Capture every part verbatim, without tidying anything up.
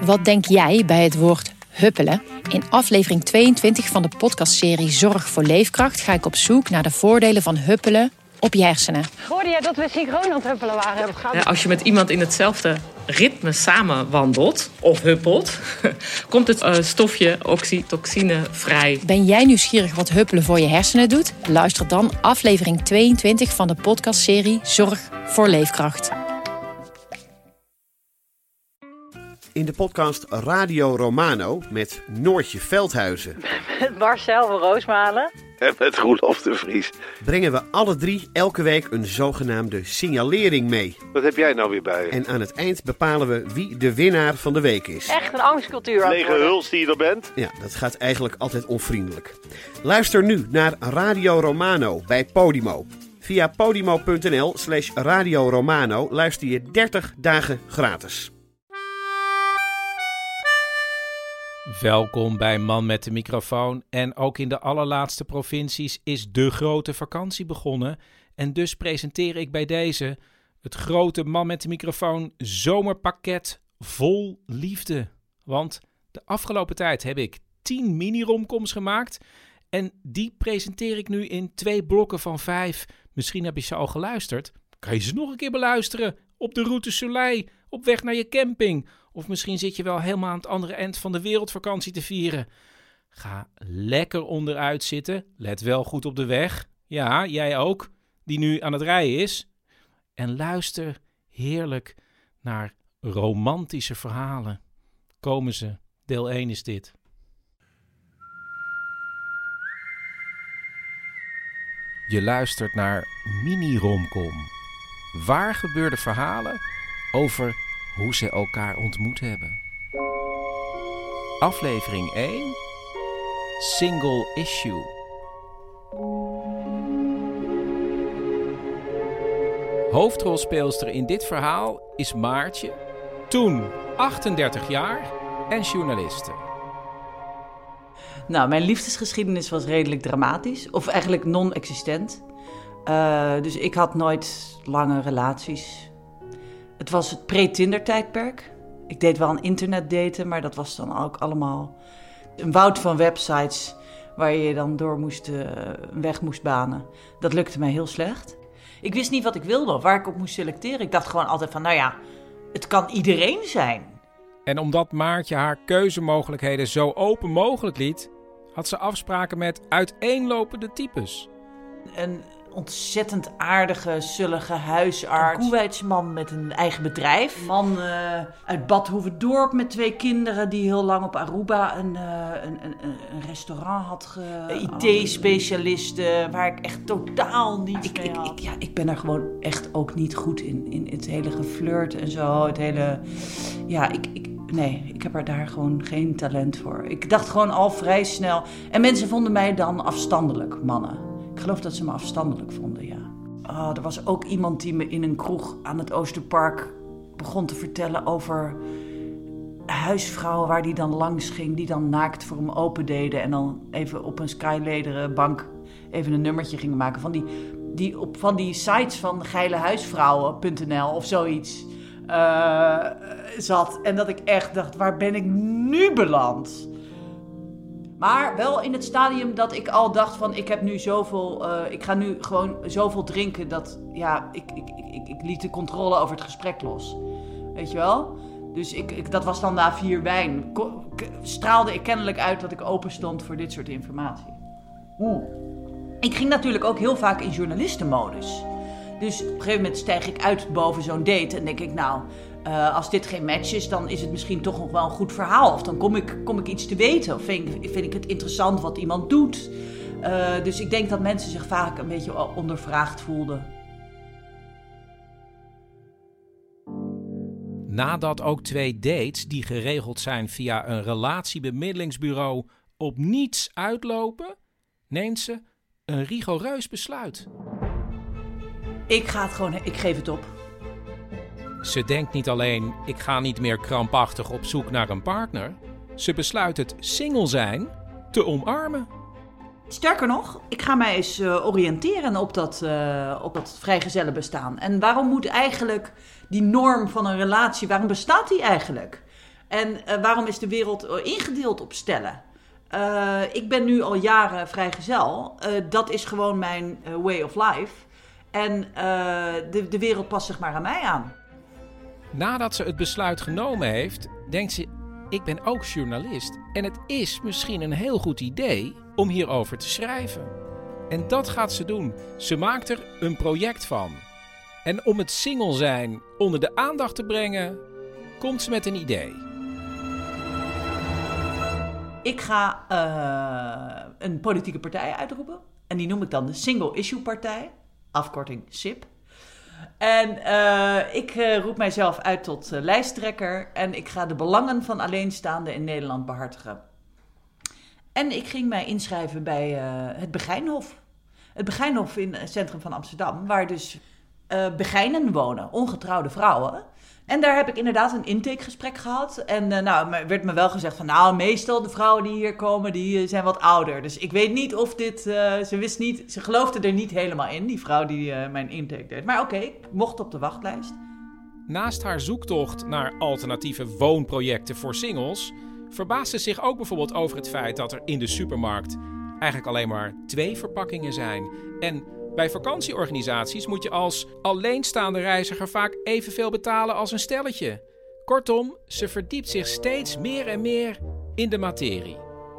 Wat denk jij bij het woord huppelen? In aflevering tweeëntwintig van de podcastserie Zorg voor Leefkracht ga ik op zoek naar de voordelen van huppelen op je hersenen. Hoorde jij dat we synchroon aan het huppelen waren? Ja, als je met iemand in hetzelfde ritme samen wandelt of huppelt, komt het uh, stofje oxytocine vrij. Ben jij nieuwsgierig wat huppelen voor je hersenen doet? Luister dan aflevering tweeëntwintig van de podcastserie Zorg voor Leefkracht. In de podcast Radio Romano met Noortje Veldhuizen. Met Marcel van Roosmalen. En met Roelof de Vries. Brengen we alle drie elke week een zogenaamde signalering mee. Wat heb jij nou weer bij je? En aan het eind bepalen we wie de winnaar van de week is. Echt een angstcultuur aan het Lege worden. huls die je er bent. Ja, dat gaat eigenlijk altijd onvriendelijk. Luister nu naar Radio Romano bij Podimo. Via podimo.nl slash Radio Romano luister je dertig dagen gratis. Welkom bij Man met de microfoon. En ook in de allerlaatste provincies is de grote vakantie begonnen. En dus presenteer ik bij deze het grote Man met de microfoon zomerpakket vol liefde. Want de afgelopen tijd heb ik tien mini-romcoms gemaakt. En die presenteer ik nu in twee blokken van vijf. Misschien heb je ze al geluisterd. Kan je ze nog een keer beluisteren? Op de Route Soleil, op weg naar je camping. Of misschien zit je wel helemaal aan het andere eind van de wereldvakantie te vieren. Ga lekker onderuit zitten. Let wel goed op de weg. Ja, jij ook, die nu aan het rijden is. En luister heerlijk naar romantische verhalen. Komen ze. Deel één is dit. Je luistert naar Mini-romcom. Waar gebeurde verhalen over hoe ze elkaar ontmoet hebben. Aflevering één. Single Issue. Hoofdrolspeelster in dit verhaal is Maartje, toen achtendertig jaar en journaliste. Nou, mijn liefdesgeschiedenis was redelijk dramatisch, of eigenlijk non-existent. Uh, dus ik had nooit lange relaties. Het was het pre-Tinder-tijdperk. Ik deed wel een internetdaten, maar dat was dan ook allemaal een woud van websites waar je dan door moest, uh, een weg moest banen. Dat lukte mij heel slecht. Ik wist niet wat ik wilde of waar ik op moest selecteren. Ik dacht gewoon altijd van, nou ja, het kan iedereen zijn. En omdat Maartje haar keuzemogelijkheden zo open mogelijk liet, had ze afspraken met uiteenlopende types. Een ontzettend aardige, zullige huisarts. Een Koewijtsman met een eigen bedrijf. Een man uh, uit Bad Hoeverdorp met twee kinderen die heel lang op Aruba een, uh, een, een, een restaurant had ge... I T-specialisten waar ik echt totaal niet ik, mee had. Ik, ik, ja, ik ben er gewoon echt ook niet goed in. In het hele geflirt en zo. Het hele... Ja, ik... ik Nee, ik heb er daar gewoon geen talent voor. Ik dacht gewoon al vrij snel... En mensen vonden mij dan afstandelijk, mannen. Ik geloof dat ze me afstandelijk vonden, ja. Oh, er was ook iemand die me in een kroeg aan het Oosterpark begon te vertellen over huisvrouwen waar die dan langs ging, die dan naakt voor hem open deden en dan even op een skylederen bank even een nummertje gingen maken. Van die, die, op, van die sites van geilehuisvrouwen punt n l of zoiets uh, zat. En dat ik echt dacht, waar ben ik nu beland? Maar wel in het stadium dat ik al dacht van, ik heb nu zoveel, uh, ik ga nu gewoon zoveel drinken dat, ja, ik, ik, ik, ik liet de controle over het gesprek los. Weet je wel? Dus ik, ik, dat was dan na vier wijn. Ko- k- straalde ik kennelijk uit dat ik open stond voor dit soort informatie. Oeh. Ik ging natuurlijk ook heel vaak in journalistenmodus. Dus op een gegeven moment stijg ik uit boven zo'n date en denk ik, nou... Uh, als dit geen match is, dan is het misschien toch nog wel een goed verhaal. Of dan kom ik, kom ik iets te weten. Of vind ik, vind ik het interessant wat iemand doet. Uh, dus ik denk dat mensen zich vaak een beetje ondervraagd voelden. Nadat ook twee dates die geregeld zijn via een relatiebemiddelingsbureau op niets uitlopen, neemt ze een rigoureus besluit. Ik ga het gewoon, ik geef het op. Ze denkt niet alleen, ik ga niet meer krampachtig op zoek naar een partner. Ze besluit het single zijn te omarmen. Sterker nog, ik ga mij eens uh, oriënteren op dat, uh, op dat vrijgezellenbestaan. En waarom moet eigenlijk die norm van een relatie, waarom bestaat die eigenlijk? En uh, waarom is de wereld ingedeeld op stellen? Uh, ik ben nu al jaren vrijgezel. Uh, dat is gewoon mijn uh, way of life. En uh, de, de wereld past zich maar aan mij aan. Nadat ze het besluit genomen heeft, denkt ze... ik ben ook journalist en het is misschien een heel goed idee om hierover te schrijven. En dat gaat ze doen. Ze maakt er een project van. En om het single zijn onder de aandacht te brengen, komt ze met een idee. Ik ga uh, een politieke partij uitroepen. En die noem ik dan de Single Issue Partij. Afkorting S I P. En uh, ik uh, roep mijzelf uit tot uh, lijsttrekker. En ik ga de belangen van alleenstaanden in Nederland behartigen. En ik ging mij inschrijven bij uh, het Begijnhof. Het Begijnhof in het centrum van Amsterdam. Waar dus uh, Begijnen wonen, ongetrouwde vrouwen. En daar heb ik inderdaad een intakegesprek gehad. En uh, nou, er werd me wel gezegd van... nou, meestal de vrouwen die hier komen, die uh, zijn wat ouder. Dus ik weet niet of dit... Uh, ze wist niet... Ze geloofde er niet helemaal in, die vrouw die uh, mijn intake deed. Maar oké, okay, ik mocht op de wachtlijst. Naast haar zoektocht naar alternatieve woonprojecten voor singles... verbaast ze zich ook bijvoorbeeld over het feit dat er in de supermarkt... eigenlijk alleen maar twee verpakkingen zijn. En... bij vakantieorganisaties moet je als alleenstaande reiziger vaak evenveel betalen als een stelletje. Kortom, ze verdiept zich steeds meer en meer in de materie.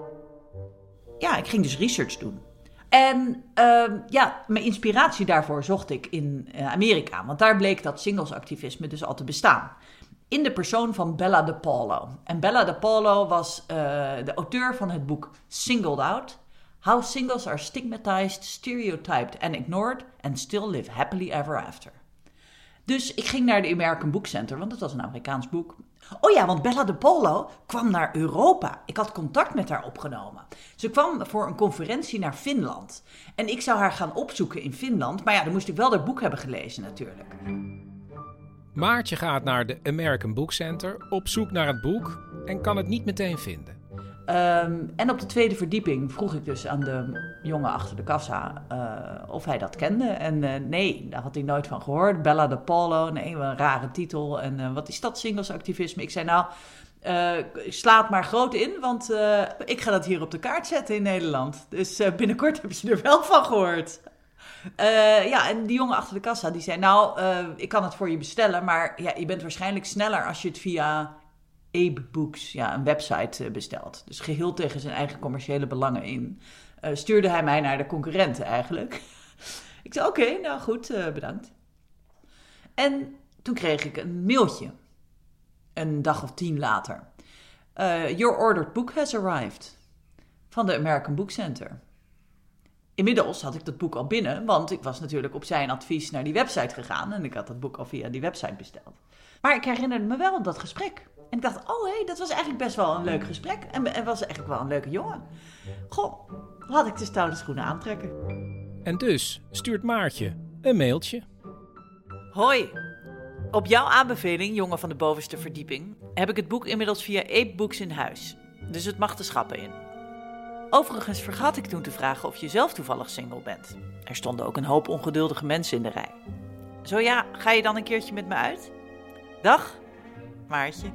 Ja, ik ging dus research doen. En uh, ja, mijn inspiratie daarvoor zocht ik in uh, Amerika. Want daar bleek dat singlesactivisme dus al te bestaan. In de persoon van Bella DePaulo. En Bella DePaulo was uh, de auteur van het boek Singled Out... How Singles Are Stigmatized, Stereotyped and Ignored and Still Live Happily Ever After. Dus ik ging naar de American Book Center, want het was een Amerikaans boek. Oh ja, want Bella DePaulo kwam naar Europa. Ik had contact met haar opgenomen. Ze kwam voor een conferentie naar Finland. En ik zou haar gaan opzoeken in Finland. Maar ja, dan moest ik wel dat boek hebben gelezen natuurlijk. Maartje gaat naar de American Book Center op zoek naar het boek en kan het niet meteen vinden. Um, en op de tweede verdieping vroeg ik dus aan de jongen achter de kassa uh, of hij dat kende. En uh, nee, daar had hij nooit van gehoord. Bella DePaulo, nee, een rare titel. En uh, wat is dat singlesactivisme? Ik zei nou, uh, sla het maar groot in, want uh, ik ga dat hier op de kaart zetten in Nederland. Dus uh, binnenkort hebben ze er wel van gehoord. Uh, ja, en die jongen achter de kassa die zei nou, uh, ik kan het voor je bestellen, maar ja, je bent waarschijnlijk sneller als je het via... Abe Books, ja, een website besteld. Dus geheel tegen zijn eigen commerciële belangen in. Uh, stuurde hij mij naar de concurrenten eigenlijk. Ik zei, oké, okay, nou goed, uh, bedankt. En toen kreeg ik een mailtje. Een dag of tien later. Uh, Your ordered book has arrived. Van de American Book Center. Inmiddels had ik dat boek al binnen, want ik was natuurlijk op zijn advies naar die website gegaan. En ik had dat boek al via die website besteld. Maar ik herinnerde me wel dat gesprek. En ik dacht, oh hé, hey, dat was eigenlijk best wel een leuk gesprek. En, en was eigenlijk wel een leuke jongen. Goh, laat ik de stoute schoenen aantrekken. En dus stuurt Maartje een mailtje. Hoi, op jouw aanbeveling, jongen van de bovenste verdieping... heb ik het boek inmiddels via Abe Books in huis. Dus het mag de schappen in. Overigens vergat ik toen te vragen of je zelf toevallig single bent. Er stonden ook een hoop ongeduldige mensen in de rij. Zo ja, ga je dan een keertje met me uit? Dag, Maartje.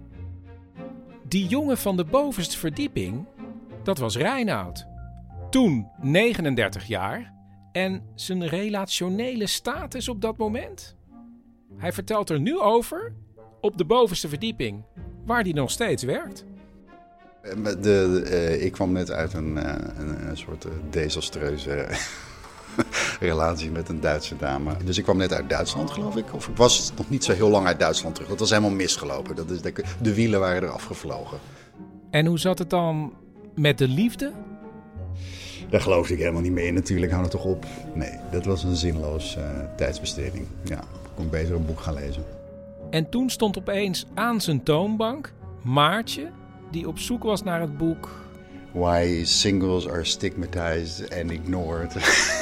Die jongen van de bovenste verdieping, dat was Reinoud. Toen negenendertig jaar en zijn relationele status op dat moment. Hij vertelt er nu over op de bovenste verdieping, waar hij nog steeds werkt. De, de, uh, ik kwam net uit een, uh, een, een soort uh, desastreuze relatie met een Duitse dame. Dus ik kwam net uit Duitsland, geloof ik. Of ik was nog niet zo heel lang uit Duitsland terug. Dat was helemaal misgelopen. Dat is de, de wielen waren eraf gevlogen. En hoe zat het dan met de liefde? Daar geloofde ik helemaal niet meer in natuurlijk. Hou het toch op. Nee, dat was een zinloos uh, tijdsbesteding. Ja, ik kon beter een boek gaan lezen. En toen stond opeens aan zijn toonbank Maartje, die op zoek was naar het boek Why Singles Are Stigmatized and Ignored.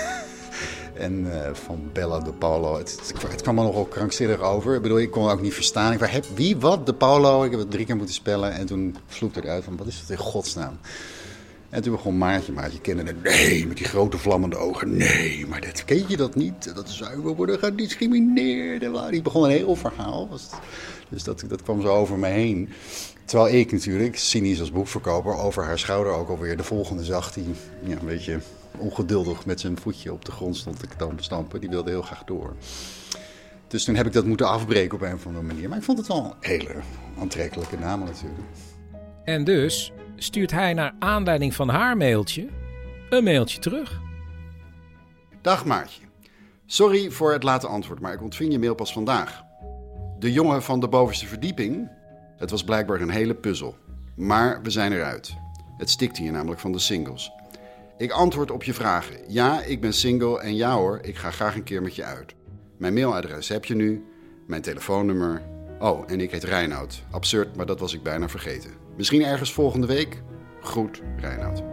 En uh, van Bella DePaulo. Het, het, het kwam er nogal krankzinnig over. Ik bedoel, ik kon het ook niet verstaan. Ik dacht, heb wie, wat, DePaulo? Ik heb het drie keer moeten spellen. En toen vloekte het uit van, wat is dat in godsnaam? En toen begon Maartje, Maartje kende het. Nee, met die grote vlammende ogen. Nee, maar dat, ken je dat niet? Dat zuiver worden gediscrimineerd. Die begon een heel verhaal. Dus dat, dat kwam zo over me heen. Terwijl ik natuurlijk, cynisch als boekverkoper, over haar schouder ook alweer de volgende zag. Die ja, een beetje ongeduldig met zijn voetje op de grond stond te stampen. Die wilde heel graag door. Dus toen heb ik dat moeten afbreken op een of andere manier. Maar ik vond het wel een hele aantrekkelijke naam natuurlijk. En dus stuurt hij naar aanleiding van haar mailtje een mailtje terug. Dag Maartje. Sorry voor het late antwoord, maar ik ontving je mail pas vandaag. De jongen van de bovenste verdieping, het was blijkbaar een hele puzzel. Maar we zijn eruit. Het stikte je namelijk van de singles. Ik antwoord op je vragen. Ja, ik ben single en ja hoor, ik ga graag een keer met je uit. Mijn mailadres heb je nu, mijn telefoonnummer. Oh, en ik heet Reinoud. Absurd, maar dat was ik bijna vergeten. Misschien ergens volgende week. Groet, Reinoud.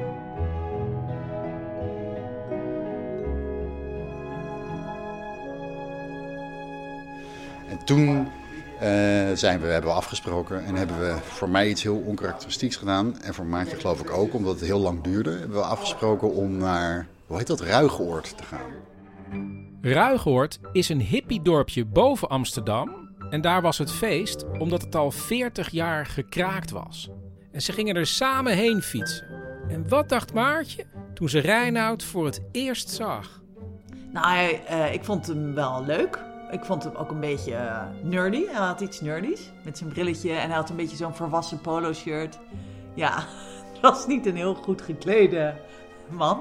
En toen uh, zijn we, hebben we afgesproken en hebben we voor mij iets heel onkarakteristieks gedaan. En voor Maartje geloof ik ook, omdat het heel lang duurde. Hebben we afgesproken om naar, hoe heet dat, Ruigoord te gaan. Ruigoord is een hippiedorpje boven Amsterdam. En daar was het feest omdat het al veertig jaar gekraakt was. En ze gingen er samen heen fietsen. En wat dacht Maartje toen ze Reinoud voor het eerst zag? Nou, uh, ik vond hem wel leuk. Ik vond hem ook een beetje uh, nerdy. Hij had iets nerdies met zijn brilletje en hij had een beetje zo'n volwassen polo shirt. Ja, het was niet een heel goed geklede man.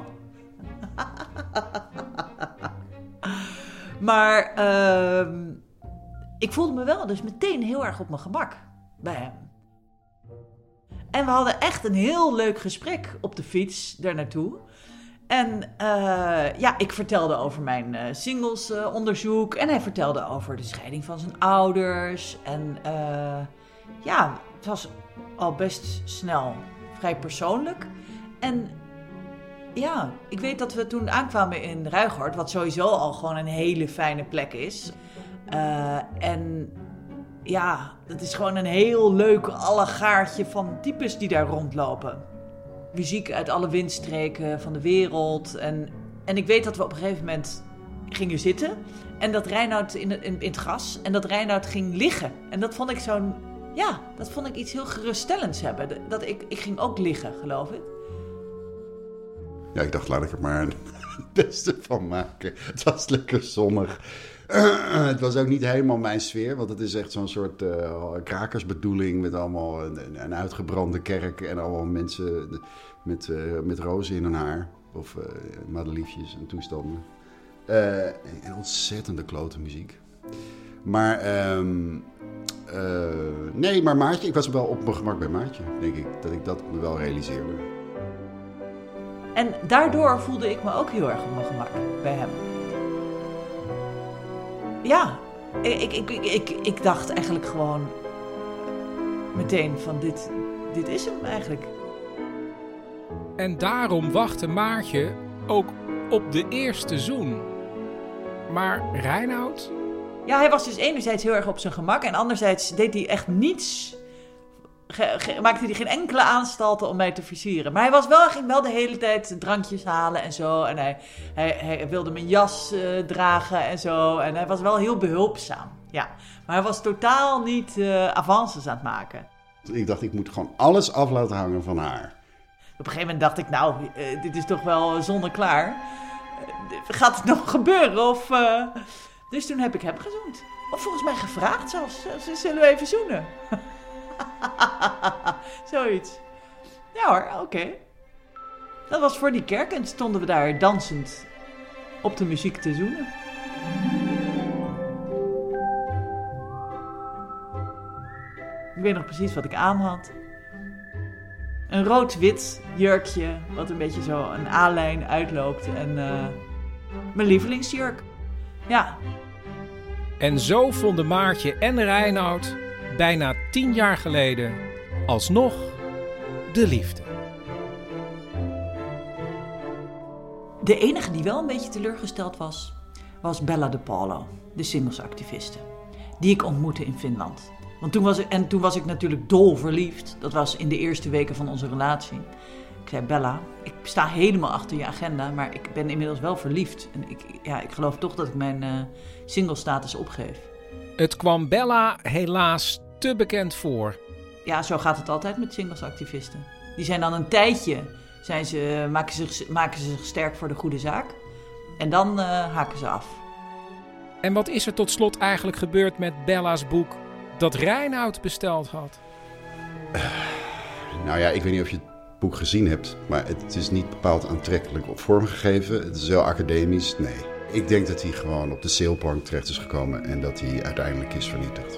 Maar uh, ik voelde me wel dus meteen heel erg op mijn gemak bij hem. En we hadden echt een heel leuk gesprek op de fiets daar naartoe. En uh, ja, ik vertelde over mijn uh, singlesonderzoek. Uh, en hij vertelde over de scheiding van zijn ouders. En uh, ja, het was al best snel vrij persoonlijk. En ja, ik weet dat we toen aankwamen in Ruigoord, wat sowieso al gewoon een hele fijne plek is. Uh, en ja, het is gewoon een heel leuk allegaartje van types die daar rondlopen. Muziek uit alle windstreken van de wereld. En, en ik weet dat we op een gegeven moment gingen zitten. En dat Reinoud in, in, in het gras. En dat Reinoud ging liggen. En dat vond ik zo'n... Ja, dat vond ik iets heel geruststellends hebben. Dat ik, ik ging ook liggen, geloof ik. Ja, ik dacht, laat ik er maar het beste van maken. Het was lekker zonnig. Uh, het was ook niet helemaal mijn sfeer, want het is echt zo'n soort uh, krakersbedoeling met allemaal een, een uitgebrande kerk en allemaal mensen met, uh, met rozen in hun haar. Of uh, madeliefjes en toestanden. Uh, en ontzettende klote muziek. Maar, um, uh, nee, maar Maartje, ik was wel op mijn gemak bij Maartje, denk ik. Dat ik dat me wel realiseerde. En daardoor voelde ik me ook heel erg op mijn gemak bij hem. Ja, ik, ik, ik, ik, ik dacht eigenlijk gewoon meteen van dit, dit is hem eigenlijk. En daarom wachtte Maartje ook op de eerste zoen. Maar Reinoud? Ja, hij was dus enerzijds heel erg op zijn gemak en anderzijds deed hij echt niets. Ge, ge, maakte hij geen enkele aanstalten om mij te versieren. Maar hij was wel, hij ging wel de hele tijd drankjes halen en zo. En hij, hij, hij wilde mijn jas uh, dragen en zo. En hij was wel heel behulpzaam. Ja. Maar hij was totaal niet uh, avances aan het maken. Ik dacht, ik moet gewoon alles af laten hangen van haar. Op een gegeven moment dacht ik, nou, uh, dit is toch wel zonneklaar. Uh, gaat het nog gebeuren? Of, uh... Dus toen heb ik hem gezoend. Of volgens mij gevraagd zelfs. Zullen we even zoenen? Zoiets. Ja hoor, oké. Okay. Dat was voor die kerk en stonden we daar dansend op de muziek te zoenen. Ik weet nog precies wat ik aan had. Een rood-wit jurkje, wat een beetje zo een A-lijn uitloopt. En uh, mijn lievelingsjurk. Ja. En zo vonden Maartje en Reinoud bijna tien jaar geleden alsnog de liefde. De enige die wel een beetje teleurgesteld was, was Bella de Polo, de singlesactiviste. Die ik ontmoette in Finland. Want toen was ik, en toen was ik natuurlijk dol verliefd. Dat was in de eerste weken van onze relatie. Ik zei, Bella, ik sta helemaal achter je agenda, maar ik ben inmiddels wel verliefd. En ik, ja, ik geloof toch dat ik mijn uh, single-status opgeef. Het kwam Bella helaas te bekend voor. Ja, zo gaat het altijd met singlesactivisten. Die zijn dan een tijdje, zijn ze, maken, zich, maken ze zich sterk voor de goede zaak. En dan uh, haken ze af. En wat is er tot slot eigenlijk gebeurd met Bella's boek dat Reinoud besteld had? Uh, nou ja, ik weet niet of je het boek gezien hebt, maar het is niet bepaald aantrekkelijk op vorm gegeven. Het is heel academisch, nee. Ik denk dat hij gewoon op de sailplank terecht is gekomen en dat hij uiteindelijk is vernietigd.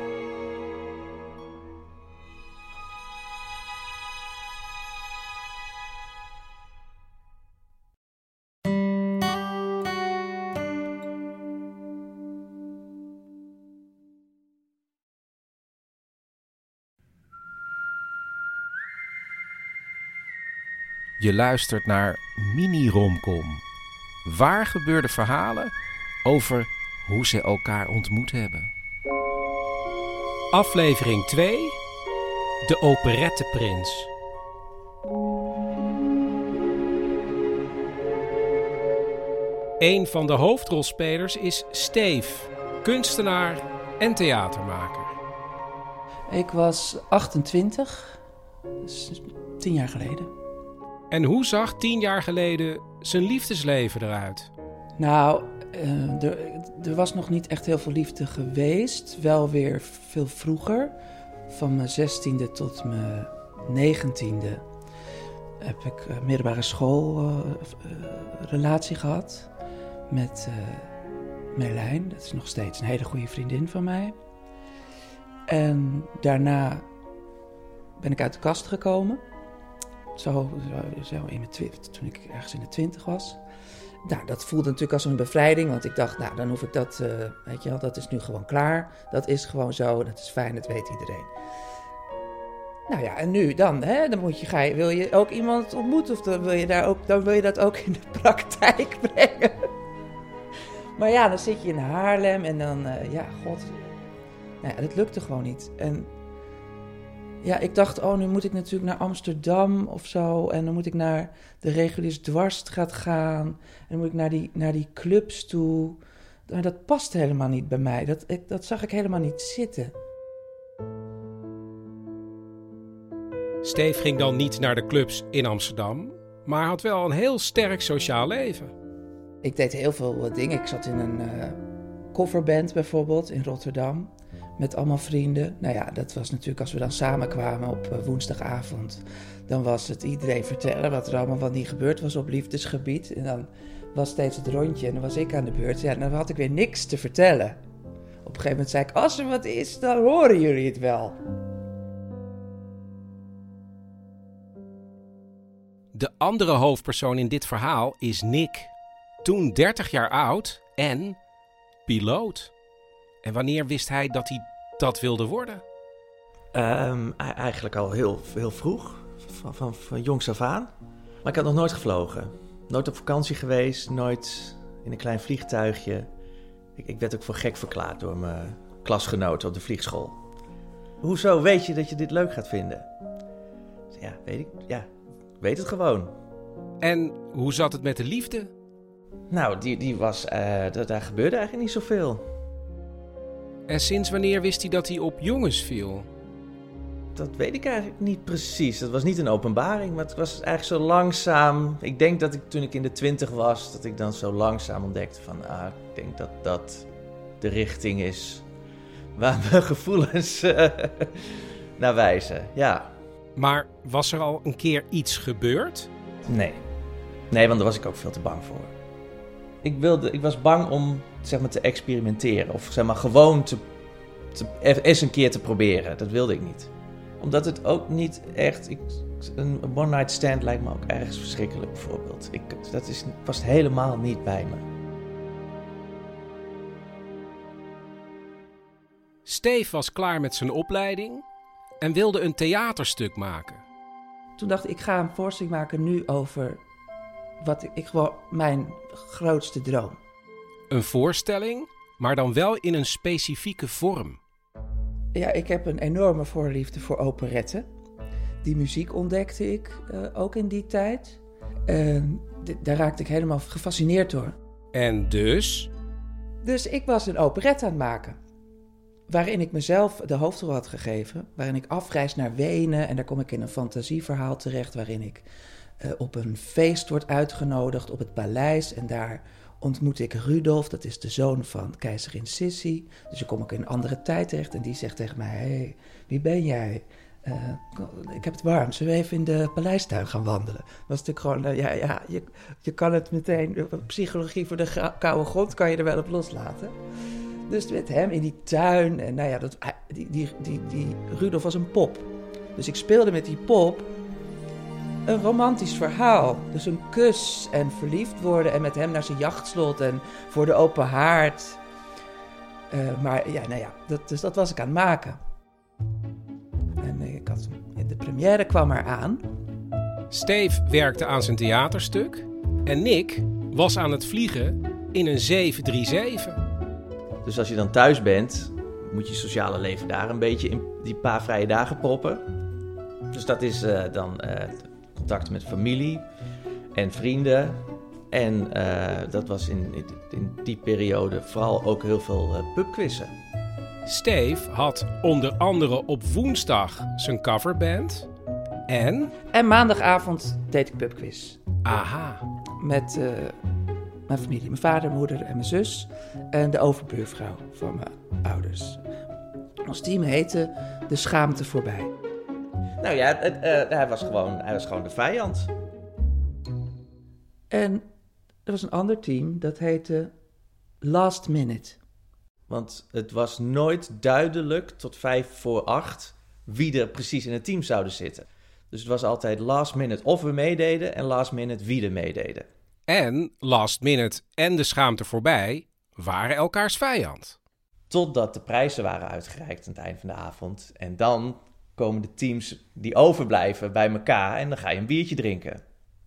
Je luistert naar Mini-Romcom. Waar gebeurde verhalen over hoe ze elkaar ontmoet hebben. Aflevering twee. De Operetteprins. Een van de hoofdrolspelers is Steef, kunstenaar en theatermaker. Ik was achtentwintig, dus tien jaar geleden. En hoe zag tien jaar geleden zijn liefdesleven eruit? Nou, uh, er, er was nog niet echt heel veel liefde geweest. Wel weer veel vroeger. Van mijn zestiende tot mijn negentiende heb ik een middelbare school uh, uh, relatie gehad met uh, Merlijn. Dat is nog steeds een hele goede vriendin van mij. En daarna ben ik uit de kast gekomen. Zo, zo, zo in mijn twi- toen ik ergens in de twintig was. Nou, dat voelde natuurlijk als een bevrijding, want ik dacht, nou, dan hoef ik dat, uh, weet je wel, dat is nu gewoon klaar. Dat is gewoon zo, dat is fijn, dat weet iedereen. Nou ja, en nu dan, hè, dan moet je, ga je, wil je ook iemand ontmoeten of dan wil je, daar ook, dan wil je dat ook in de praktijk brengen. Maar ja, dan zit je in Haarlem en dan, uh, ja, god, nou ja, dat lukte gewoon niet. En ja, ik dacht, oh, nu moet ik natuurlijk naar Amsterdam of zo. En dan moet ik naar de Reguliers Dwarsstraat gaan. En dan moet ik naar die, naar die clubs toe. Maar dat past helemaal niet bij mij. Dat, ik, dat zag ik helemaal niet zitten. Steef ging dan niet naar de clubs in Amsterdam, maar had wel een heel sterk sociaal leven. Ik deed heel veel dingen. Ik zat in een uh, coverband bijvoorbeeld in Rotterdam. Met allemaal vrienden. Nou ja, dat was natuurlijk als we dan samenkwamen op uh, woensdagavond. Dan was het iedereen vertellen wat er allemaal van niet gebeurd was op liefdesgebied. En dan was steeds het rondje en dan was ik aan de beurt. Ja, dan had ik weer niks te vertellen. Op een gegeven moment zei ik, als er wat is, dan horen jullie het wel. De andere hoofdpersoon in dit verhaal is Nick. Toen dertig jaar oud en piloot. En wanneer wist hij dat hij dat wilde worden? Um, eigenlijk al heel, heel vroeg, van, van, van jongs af aan. Maar ik had nog nooit gevlogen. Nooit op vakantie geweest, nooit in een klein vliegtuigje. Ik, ik werd ook voor gek verklaard door mijn klasgenoten op de vliegschool. Hoezo weet je dat je dit leuk gaat vinden? Ja, weet ik. Ja, ik weet het gewoon. En hoe zat het met de liefde? Nou, die, die was, uh, daar, daar gebeurde eigenlijk niet zoveel. En sinds wanneer wist hij dat hij op jongens viel? Dat weet ik eigenlijk niet precies. Dat was niet een openbaring, maar het was eigenlijk zo langzaam. Ik denk dat ik toen ik in de twintig was, dat ik dan zo langzaam ontdekte van, ah, ik denk dat dat de richting is waar mijn gevoelens uh, naar wijzen. Ja. Maar was er al een keer iets gebeurd? Nee. Nee, want daar was ik ook veel te bang voor. Ik, wilde, ik was bang om, zeg maar, te experimenteren. Of zeg maar gewoon te, te, eens een keer te proberen. Dat wilde ik niet. Omdat het ook niet echt... Ik, een one night stand lijkt me ook ergens verschrikkelijk bijvoorbeeld. Ik, dat is, past helemaal niet bij me. Steef was klaar met zijn opleiding en wilde een theaterstuk maken. Toen dacht ik, ik ga een voorstelling maken nu over wat ik, ik gewoon mijn grootste droom. Een voorstelling, maar dan wel in een specifieke vorm. Ja, ik heb een enorme voorliefde voor operetten. Die muziek ontdekte ik uh, ook in die tijd. En d- daar raakte ik helemaal gefascineerd door. En dus? Dus ik was een operette aan het maken. Waarin ik mezelf de hoofdrol had gegeven. Waarin ik afreis naar Wenen. En daar kom ik in een fantasieverhaal terecht. Waarin ik uh, op een feest word uitgenodigd op het paleis. En daar ontmoet ik Rudolf. Dat is de zoon van keizerin Sissi. Dus dan kom ik in een andere tijd terecht. En die zegt tegen mij: hé, hey, wie ben jij? Uh, ik heb het warm. Zullen we even in de paleistuin gaan wandelen? Dat is natuurlijk gewoon, uh, ja, ja je, je kan het meteen, psychologie voor de gra- koude grond kan je er wel op loslaten. Dus met hem in die tuin. En nou ja, dat, die, die, die, die Rudolf was een pop. Dus ik speelde met die pop een romantisch verhaal. Dus een kus en verliefd worden en met hem naar zijn jachtslot en voor de open haard. Uh, maar ja, nou ja, dat, dus dat was ik aan het maken. En ik had, de première kwam eraan. Steve werkte aan zijn theaterstuk en Nick was aan het vliegen in een zeven drie zeven. Dus als je dan thuis bent, moet je sociale leven daar een beetje in die paar vrije dagen proppen. Dus dat is uh, dan uh, contact met familie en vrienden. En uh, dat was in, in, in die periode vooral ook heel veel uh, pubquizzen. Steve had onder andere op woensdag zijn coverband en... En maandagavond deed ik pubquiz. Aha. Met uh, mijn familie, mijn vader, moeder en mijn zus en de overbuurvrouw van mijn ouders. Ons team heette De Schaamte Voorbij. Nou ja, het, uh, hij, was gewoon, hij was gewoon de vijand. En er was een ander team, dat heette Last Minute. Want het was nooit duidelijk tot vijf voor acht wie er precies in het team zouden zitten. Dus het was altijd last minute of we meededen en last minute wie er meededen. En last minute en De Schaamte Voorbij waren elkaars vijand. Totdat de prijzen waren uitgereikt aan het eind van de avond. En dan komen de teams die overblijven bij elkaar en dan ga je een biertje drinken.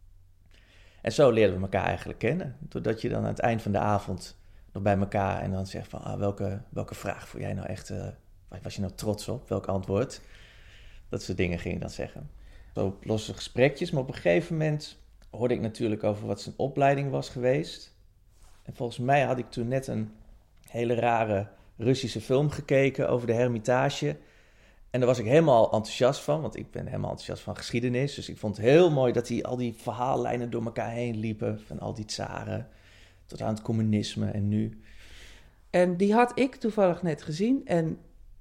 En zo leerden we elkaar eigenlijk kennen. Doordat je dan aan het eind van de avond nog bij elkaar en dan zegt van ah, welke, welke vraag vond jij nou echt, uh, was je nou trots op, welk antwoord? Dat soort dingen ging je dan zeggen. Zo losse gesprekjes, maar op een gegeven moment hoorde ik natuurlijk over wat zijn opleiding was geweest. En volgens mij had ik toen net een hele rare Russische film gekeken over de Hermitage. En daar was ik helemaal enthousiast van, want ik ben helemaal enthousiast van geschiedenis. Dus ik vond het heel mooi dat die, al die verhaallijnen door elkaar heen liepen, van al die tsaren tot aan het communisme en nu. En die had ik toevallig net gezien en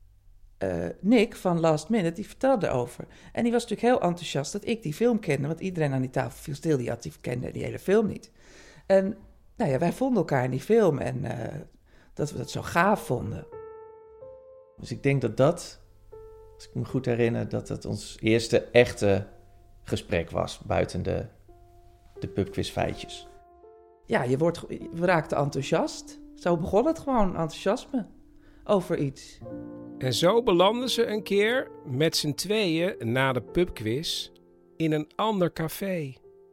uh, Nick van Last Minute, die vertelde erover. En die was natuurlijk heel enthousiast dat ik die film kende, want iedereen aan die tafel viel stil, die, had, die kende die hele film niet. En nou ja, wij vonden elkaar in die film en uh, dat we dat zo gaaf vonden. Dus ik denk dat dat, als ik me goed herinner, dat het ons eerste echte gesprek was buiten de, de pubquiz feitjes. Ja, je wordt, we raakten enthousiast. Zo begon het gewoon, enthousiasme over iets. En zo belanden ze een keer met z'n tweeën na de pubquiz in een ander café.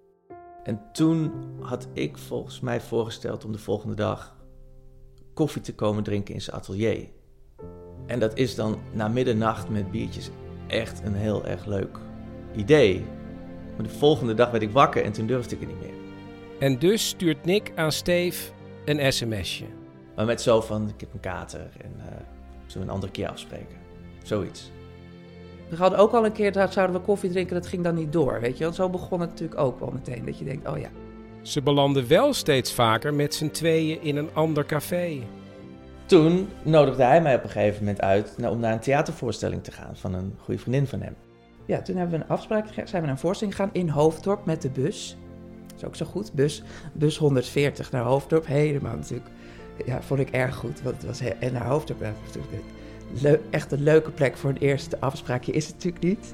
En toen had ik volgens mij voorgesteld om de volgende dag koffie te komen drinken in zijn atelier. En dat is dan na middernacht met biertjes echt een heel erg leuk idee. Maar de volgende dag werd ik wakker en toen durfde ik het niet meer. En dus stuurt Nick aan Steve een sms'je. Maar met zo van, ik heb een kater en uh, zullen we een andere keer afspreken. Zoiets. We hadden ook al een keer, daar zouden we koffie drinken, dat ging dan niet door, weet je. Want zo begon het natuurlijk ook wel meteen, dat je denkt, oh ja. Ze belanden wel steeds vaker met z'n tweeën in een ander café. Toen nodigde hij mij op een gegeven moment uit nou, om naar een theatervoorstelling te gaan van een goede vriendin van hem. Ja, toen hebben we een afspraak, zijn we naar een voorstelling gegaan in Hoofddorp met de bus. Dat is ook zo goed, bus, bus honderdveertig naar Hoofddorp, helemaal natuurlijk. Ja, vond ik erg goed, want het was he- en naar Hoofddorp, ja, le- echt een leuke plek voor een eerste afspraakje is het natuurlijk niet.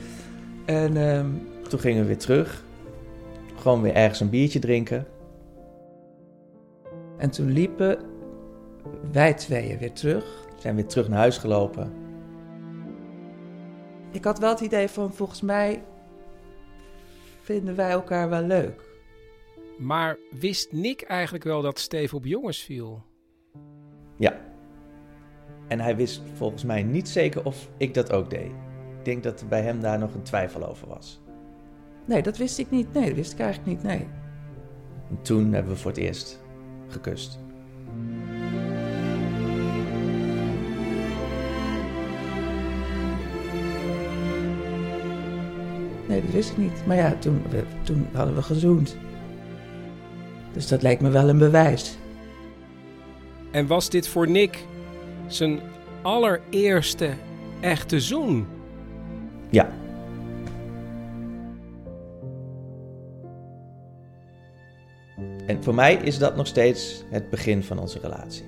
En um... toen gingen we weer terug, gewoon weer ergens een biertje drinken. En toen liepen wij tweeën weer terug. We zijn weer terug naar huis gelopen. Ik had wel het idee van, volgens mij vinden wij elkaar wel leuk. Maar wist Nick eigenlijk wel dat Steve op jongens viel? Ja. En hij wist volgens mij niet zeker of ik dat ook deed. denk dat er bij hem daar nog een twijfel over was. Nee, dat wist ik niet. Nee, dat wist ik eigenlijk niet, nee. En toen hebben we voor het eerst gekust. Nee, dat wist ik niet. Maar ja, toen, we, toen hadden we gezoend. Dus dat lijkt me wel een bewijs. En was dit voor Nick zijn allereerste echte zoen? Ja. En voor mij is dat nog steeds het begin van onze relatie.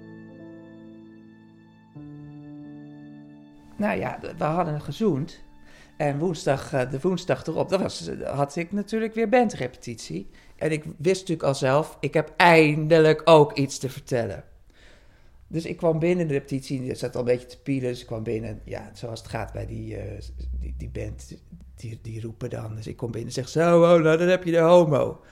Nou ja, we hadden gezoend. En woensdag, de woensdag erop, dat was, had ik natuurlijk weer bandrepetitie. En ik wist natuurlijk al zelf, ik heb eindelijk ook iets te vertellen. Dus ik kwam binnen de repetitie, er zat al een beetje te pielen, dus ik kwam binnen. Ja, zoals het gaat bij die, uh, die, die band, die, die roepen dan. Dus ik kom binnen en zeg zo, oh, nou dan heb je de homo.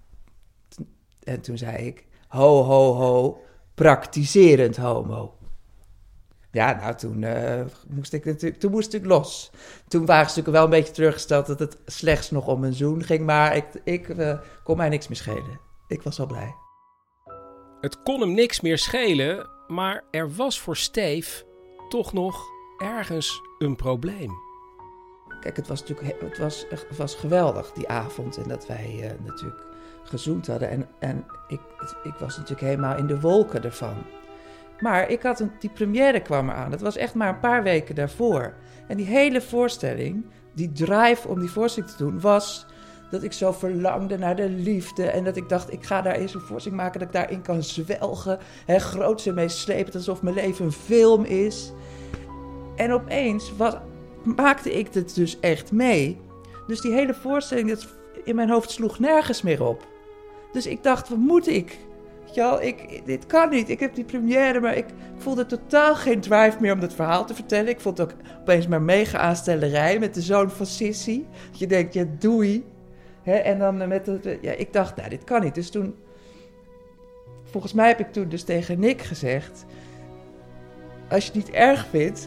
En toen zei ik, ho, ho, ho, praktiserend homo. Ja, nou, toen, uh, moest ik natuurlijk, toen moest ik los. Toen waren ze natuurlijk wel een beetje teruggesteld dat het slechts nog om een zoen ging. Maar ik, ik uh, kon mij niks meer schelen. Ik was wel blij. Het kon hem niks meer schelen, maar er was voor Steve toch nog ergens een probleem. Kijk, het was natuurlijk het was, het was geweldig die avond en dat wij uh, natuurlijk gezoend hadden. En, en ik, ik was natuurlijk helemaal in de wolken ervan. Maar ik had een, die première kwam eraan. Dat was echt maar een paar weken daarvoor. En die hele voorstelling, die drive om die voorstelling te doen, was dat ik zo verlangde naar de liefde. En dat ik dacht, ik ga daar eens een voorstelling maken dat ik daarin kan zwelgen. Hè, groots en meeslepend, alsof mijn leven een film is. En opeens was, maakte ik het dus echt mee. Dus die hele voorstelling, dat in mijn hoofd sloeg nergens meer op. Dus ik dacht, wat moet ik? Ja, ik, dit kan niet. Ik heb die première, maar ik voelde totaal geen drive meer om dat verhaal te vertellen. Ik vond het ook opeens maar mega aanstellerij met de zoon van Sissy. Dat je denkt, ja, doei. Hè, en dan met de, ja, ik dacht, nou, dit kan niet. Dus toen, volgens mij heb ik toen dus tegen Nick gezegd, als je het niet erg vindt,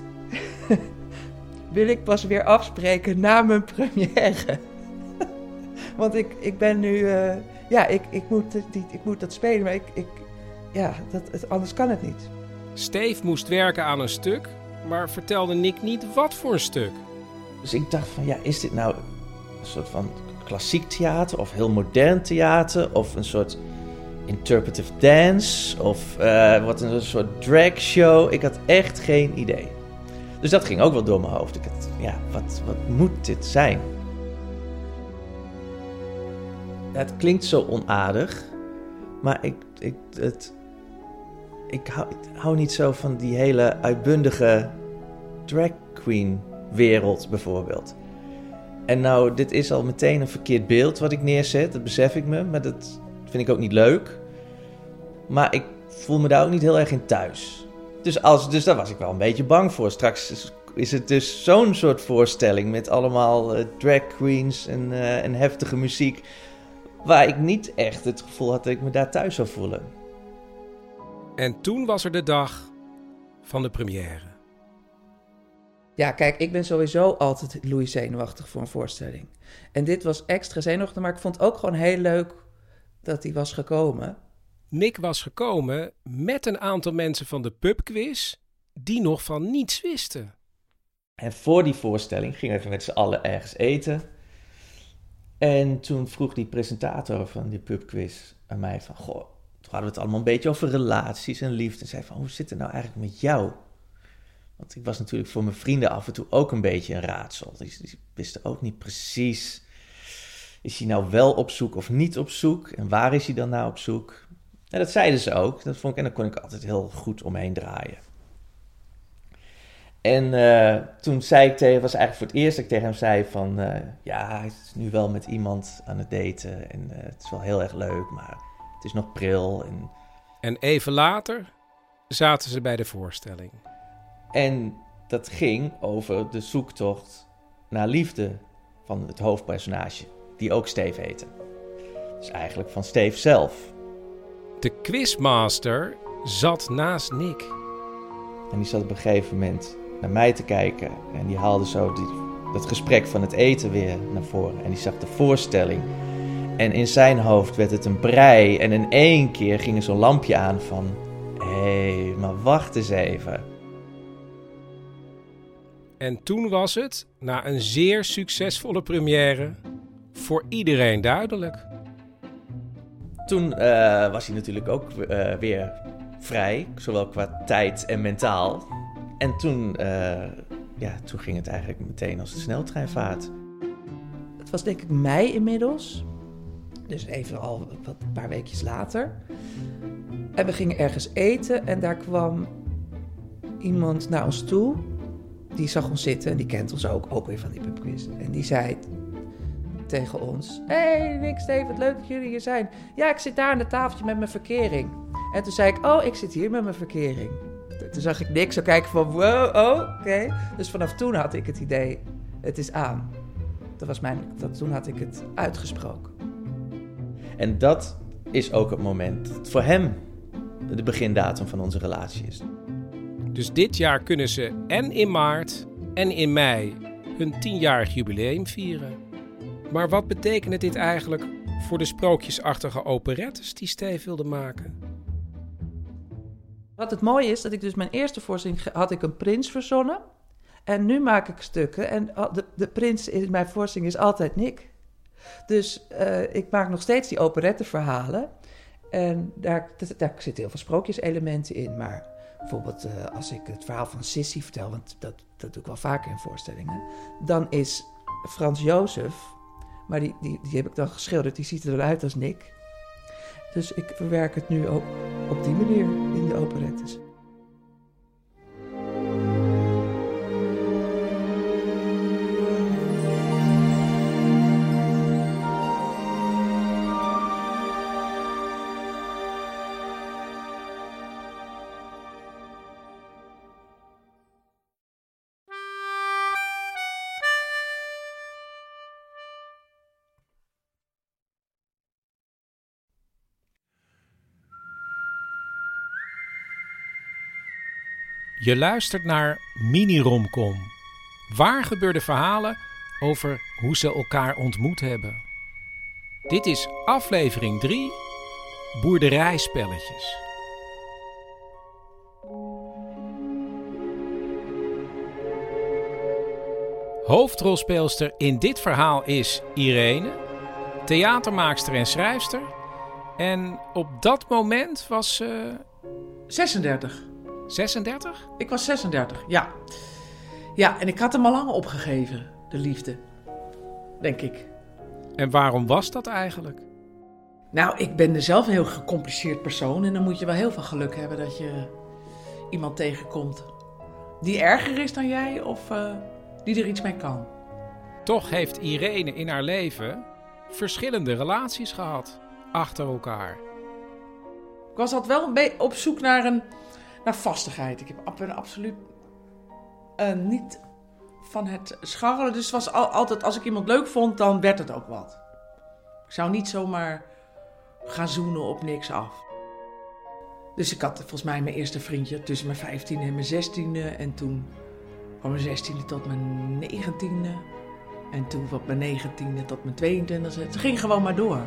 wil ik pas weer afspreken na mijn première. Want ik, ik ben nu... Uh, ja, ik, ik, moet, die, ik moet dat spelen, maar ik, ik, ja, dat, het, anders kan het niet. Steve moest werken aan een stuk, maar vertelde Nick niet wat voor een stuk. Dus ik dacht van, ja, is dit nou een soort van klassiek theater of heel modern theater of een soort interpretive dance of uh, wat een soort drag show? Ik had echt geen idee. Dus dat ging ook wel door mijn hoofd. Ik had, ja, wat, wat moet dit zijn? Het klinkt zo onaardig, maar ik, ik, het, ik, hou, ik hou niet zo van die hele uitbundige drag queen wereld bijvoorbeeld. En nou, dit is al meteen een verkeerd beeld wat ik neerzet, dat besef ik me, maar dat vind ik ook niet leuk. Maar ik voel me daar ook niet heel erg in thuis. Dus, als, dus daar was ik wel een beetje bang voor. Straks is, is het dus zo'n soort voorstelling met allemaal uh, drag queens en, uh, en heftige muziek, waar ik niet echt het gevoel had dat ik me daar thuis zou voelen. En toen was er de dag van de première. Ja, kijk, ik ben sowieso altijd Louis zenuwachtig voor een voorstelling. En dit was extra zenuwachtig, maar ik vond het ook gewoon heel leuk dat hij was gekomen. Nick was gekomen met een aantal mensen van de pubquiz die nog van niets wisten. En voor die voorstelling gingen we met z'n allen ergens eten. En toen vroeg die presentator van die pubquiz aan mij van, goh, toen hadden we het allemaal een beetje over relaties en liefde. En zei van, hoe zit het nou eigenlijk met jou? Want ik was natuurlijk voor mijn vrienden af en toe ook een beetje een raadsel. Die, die wisten ook niet precies, is hij nou wel op zoek of niet op zoek? En waar is hij dan nou op zoek? En dat zeiden ze ook. Dat vond ik, en daar kon ik altijd heel goed omheen draaien. En uh, toen zei ik tegen, was eigenlijk voor het eerst dat ik tegen hem zei van, uh, ja, hij is nu wel met iemand aan het daten en uh, het is wel heel erg leuk, maar het is nog pril. En, en even later zaten ze bij de voorstelling. En dat ging over de zoektocht naar liefde van het hoofdpersonage, die ook Steve heette. Dus eigenlijk van Steve zelf. De quizmaster zat naast Nick. En die zat op een gegeven moment naar mij te kijken. En die haalde zo die, dat gesprek van het eten weer naar voren. En die zag de voorstelling. En in zijn hoofd werd het een brei. En in één keer ging er zo'n lampje aan van... hé, hey, maar wacht eens even. En toen was het, na een zeer succesvolle première, voor iedereen duidelijk. Toen uh, was hij natuurlijk ook uh, weer vrij, zowel qua tijd en mentaal. En toen, uh, ja, toen ging het eigenlijk meteen als de sneltreinvaart. Het was denk ik mei inmiddels, dus even al wat, een paar weekjes later. En we gingen ergens eten en daar kwam iemand naar ons toe. Die zag ons zitten en die kent ons ook, ook weer van die pubquiz. En die zei tegen ons... Hé, hey, Nick, Steven, wat leuk dat jullie hier zijn. Ja, ik zit daar aan de tafeltje met mijn verkering. En toen zei ik, oh, ik zit hier met mijn verkering. Toen zag ik Nick zo kijken van, wow, oh, oké. Okay. Dus vanaf toen had ik het idee, het is aan. Dat was mijn, dat, toen had ik het uitgesproken. En dat is ook het moment dat voor hem de begindatum van onze relatie is. Dus dit jaar kunnen ze en in maart en in mei hun tienjarig jubileum vieren. Maar wat betekende dit eigenlijk voor de sprookjesachtige operettes die Steve wilde maken? Wat het mooie is, dat ik dus mijn eerste voorstelling had ik een prins verzonnen. En nu maak ik stukken en de, de prins in mijn voorstelling is altijd Nick. Dus uh, ik maak nog steeds die operetteverhalen. En daar, daar zitten heel veel sprookjeselementen in. Maar bijvoorbeeld uh, als ik het verhaal van Sissy vertel, want dat, dat doe ik wel vaker in voorstellingen. Dan is Frans Jozef, maar die, die, die heb ik dan geschilderd, die ziet er eruit als Nick. Dus ik verwerk het nu ook op die manier in de operettes. Je luistert naar Mini-Romcom. Waar gebeurde verhalen over hoe ze elkaar ontmoet hebben. Dit is aflevering drie, Boerderijspelletjes. Hoofdrolspeelster in dit verhaal is Irene, theatermaakster en schrijfster. En op dat moment was ze... zesendertig. zesendertig? Ik was zesendertig, ja. Ja, en ik had hem al lang opgegeven, de liefde. Denk ik. En waarom was dat eigenlijk? Nou, ik ben zelf een heel gecompliceerd persoon. En dan moet je wel heel veel geluk hebben dat je iemand tegenkomt die erger is dan jij of uh, die er iets mee kan. Toch heeft Irene in haar leven verschillende relaties gehad, achter elkaar. Ik was altijd wel een beetje op zoek naar, een, naar vastigheid. Ik heb een absoluut uh, niet van het scharrelen. Dus het was al, altijd, als ik iemand leuk vond, dan werd het ook wat. Ik zou niet zomaar gaan zoenen op niks af. Dus ik had volgens mij mijn eerste vriendje tussen mijn vijftiende en mijn zestiende. En toen van mijn zestiende tot mijn negentiende. En toen van mijn negentiende tot mijn tweeëntwintigste. Het ging gewoon maar door.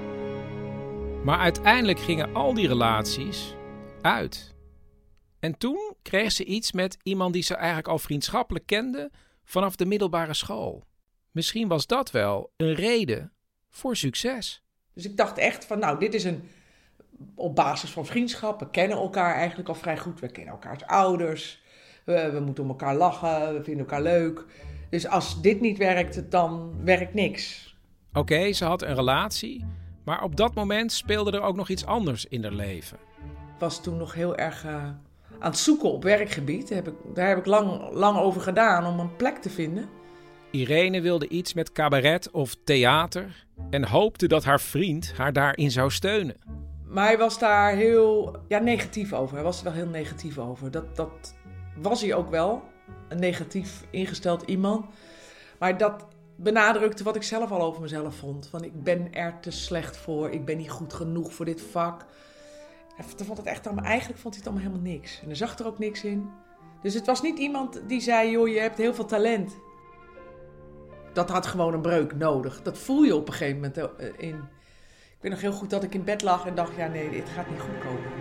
Maar uiteindelijk gingen al die relaties uit. En toen kreeg ze iets met iemand die ze eigenlijk al vriendschappelijk kende vanaf de middelbare school. Misschien was dat wel een reden voor succes. Dus ik dacht echt van, nou, dit is een op basis van vriendschap. We kennen elkaar eigenlijk al vrij goed. We kennen elkaars ouders. We, we moeten om elkaar lachen. We vinden elkaar leuk. Dus als dit niet werkt, dan werkt niks. Oké, okay, ze had een relatie. Maar op dat moment speelde er ook nog iets anders in haar leven. Ik was toen nog heel erg uh, aan het zoeken op werkgebied. Daar heb ik, daar heb ik lang, lang over gedaan om een plek te vinden. Irene wilde iets met cabaret of theater en hoopte dat haar vriend haar daarin zou steunen. Maar hij was daar heel ja, negatief over. Hij was er wel heel negatief over. Dat, dat was hij ook wel. Een negatief ingesteld iemand. Maar dat benadrukte wat ik zelf al over mezelf vond. Van ik ben er te slecht voor. Ik ben niet goed genoeg voor dit vak. Hij vond het echt allemaal, eigenlijk vond hij het allemaal helemaal niks. En hij zag er ook niks in. Dus het was niet iemand die zei, joh, je hebt heel veel talent. Dat had gewoon een breuk nodig. Dat voel je op een gegeven moment in. Ik weet nog heel goed dat ik in bed lag en dacht, ja nee, dit gaat niet goed komen.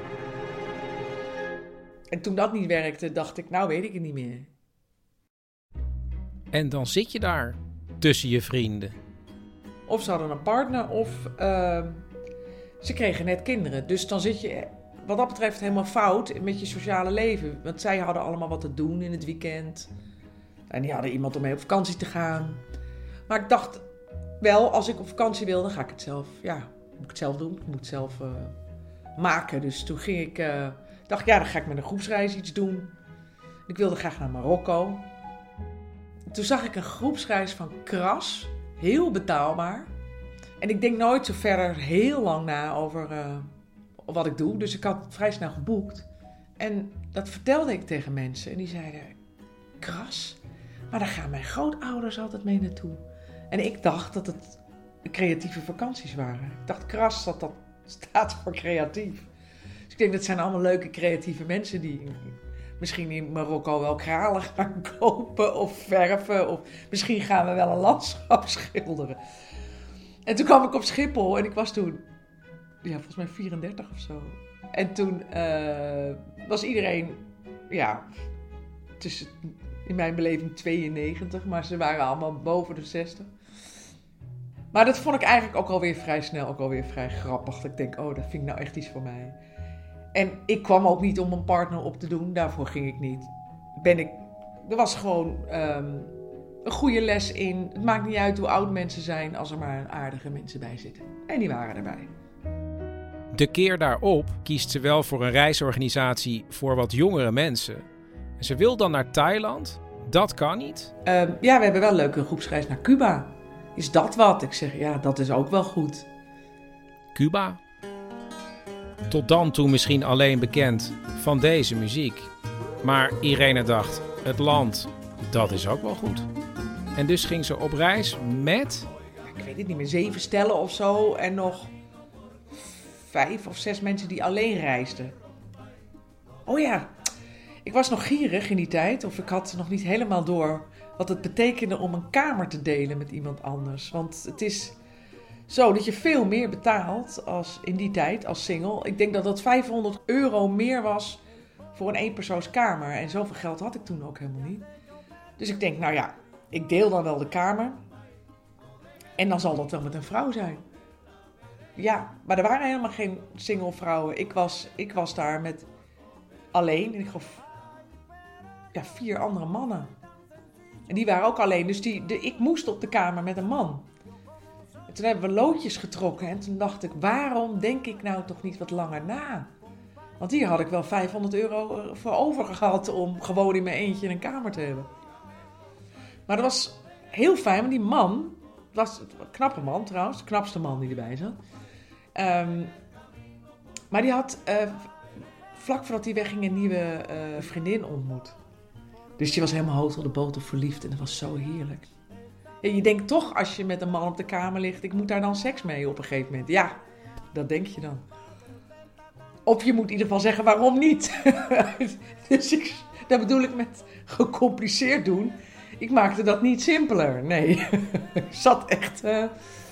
En toen dat niet werkte, dacht ik, nou weet ik het niet meer. En dan zit je daar, tussen je vrienden. Of ze hadden een partner, of uh, ze kregen net kinderen. Dus dan zit je, wat dat betreft, helemaal fout met je sociale leven. Want zij hadden allemaal wat te doen in het weekend. En die hadden iemand om mee op vakantie te gaan. Maar ik dacht wel, als ik op vakantie wil, dan ga ik het zelf, ja, moet ik het zelf doen. Ik moet het zelf uh, maken. Dus toen ging ik, uh, dacht ja, dan ga ik met een groepsreis iets doen. Ik wilde graag naar Marokko. Toen zag ik een groepsreis van Kras, heel betaalbaar. En ik denk nooit zo verder heel lang na over uh, wat ik doe. Dus ik had het vrij snel geboekt. En dat vertelde ik tegen mensen. En die zeiden, Kras? Maar daar gaan mijn grootouders altijd mee naartoe. En ik dacht dat het creatieve vakanties waren. Ik dacht, Kras, dat dat staat voor creatief. Dus ik denk, dat zijn allemaal leuke creatieve mensen die misschien in Marokko wel kralen gaan kopen of verven. Of misschien gaan we wel een landschap schilderen. En toen kwam ik op Schiphol en ik was toen, ja, volgens mij vierendertig of zo. En toen uh, was iedereen, ja, tussen, in mijn beleving tweeënnegentig, maar ze waren allemaal boven de zestig. Maar dat vond ik eigenlijk ook alweer vrij snel, ook alweer vrij grappig. Dat ik denk, oh, dat vind ik nou echt iets voor mij. En ik kwam ook niet om een partner op te doen, daarvoor ging ik niet. Ben ik, er was gewoon um, een goede les in. Het maakt niet uit hoe oud mensen zijn als er maar aardige mensen bij zitten. En die waren erbij. De keer daarop kiest ze wel voor een reisorganisatie voor wat jongere mensen. En ze wil dan naar Thailand. Dat kan niet. Um, ja, we hebben wel een leuke groepsreis naar Cuba. Is dat wat? Ik zeg, ja, dat is ook wel goed. Cuba? Tot dan toe misschien alleen bekend van deze muziek. Maar Irene dacht, het land, dat is ook wel goed. En dus ging ze op reis met... Ik weet het niet meer, zeven stellen of zo. En nog vijf of zes mensen die alleen reisden. Oh ja, ik was nog gierig in die tijd. Of ik had nog niet helemaal door wat het betekende om een kamer te delen met iemand anders. Want het is zo dat je veel meer betaalt als in die tijd als single. Ik denk dat dat vijfhonderd euro meer was voor een eenpersoonskamer. En zoveel geld had ik toen ook helemaal niet. Dus ik denk, nou ja, ik deel dan wel de kamer. En dan zal dat wel met een vrouw zijn. Ja, maar er waren helemaal geen single vrouwen. Ik was, ik was daar met alleen. En ik geloof, ja, vier andere mannen. En die waren ook alleen. Dus die, de, ik moest op de kamer met een man. En toen hebben we loodjes getrokken. En toen dacht ik, waarom denk ik nou toch niet wat langer na? Want hier had ik wel vijfhonderd euro voor over gehad om gewoon in mijn eentje een kamer te hebben. Maar dat was heel fijn, want die man, was een knappe man trouwens, de knapste man die erbij zat. Um, maar die had uh, vlak voordat hij wegging een nieuwe uh, vriendin ontmoet. Dus die was helemaal hoog tot de boter verliefd en dat was zo heerlijk. En je denkt toch, als je met een man op de kamer ligt, ik moet daar dan seks mee op een gegeven moment. Ja, dat denk je dan. Of je moet in ieder geval zeggen waarom niet. Dus ik, dat bedoel ik met gecompliceerd doen. Ik maakte dat niet simpeler. Nee, ik zat echt uh,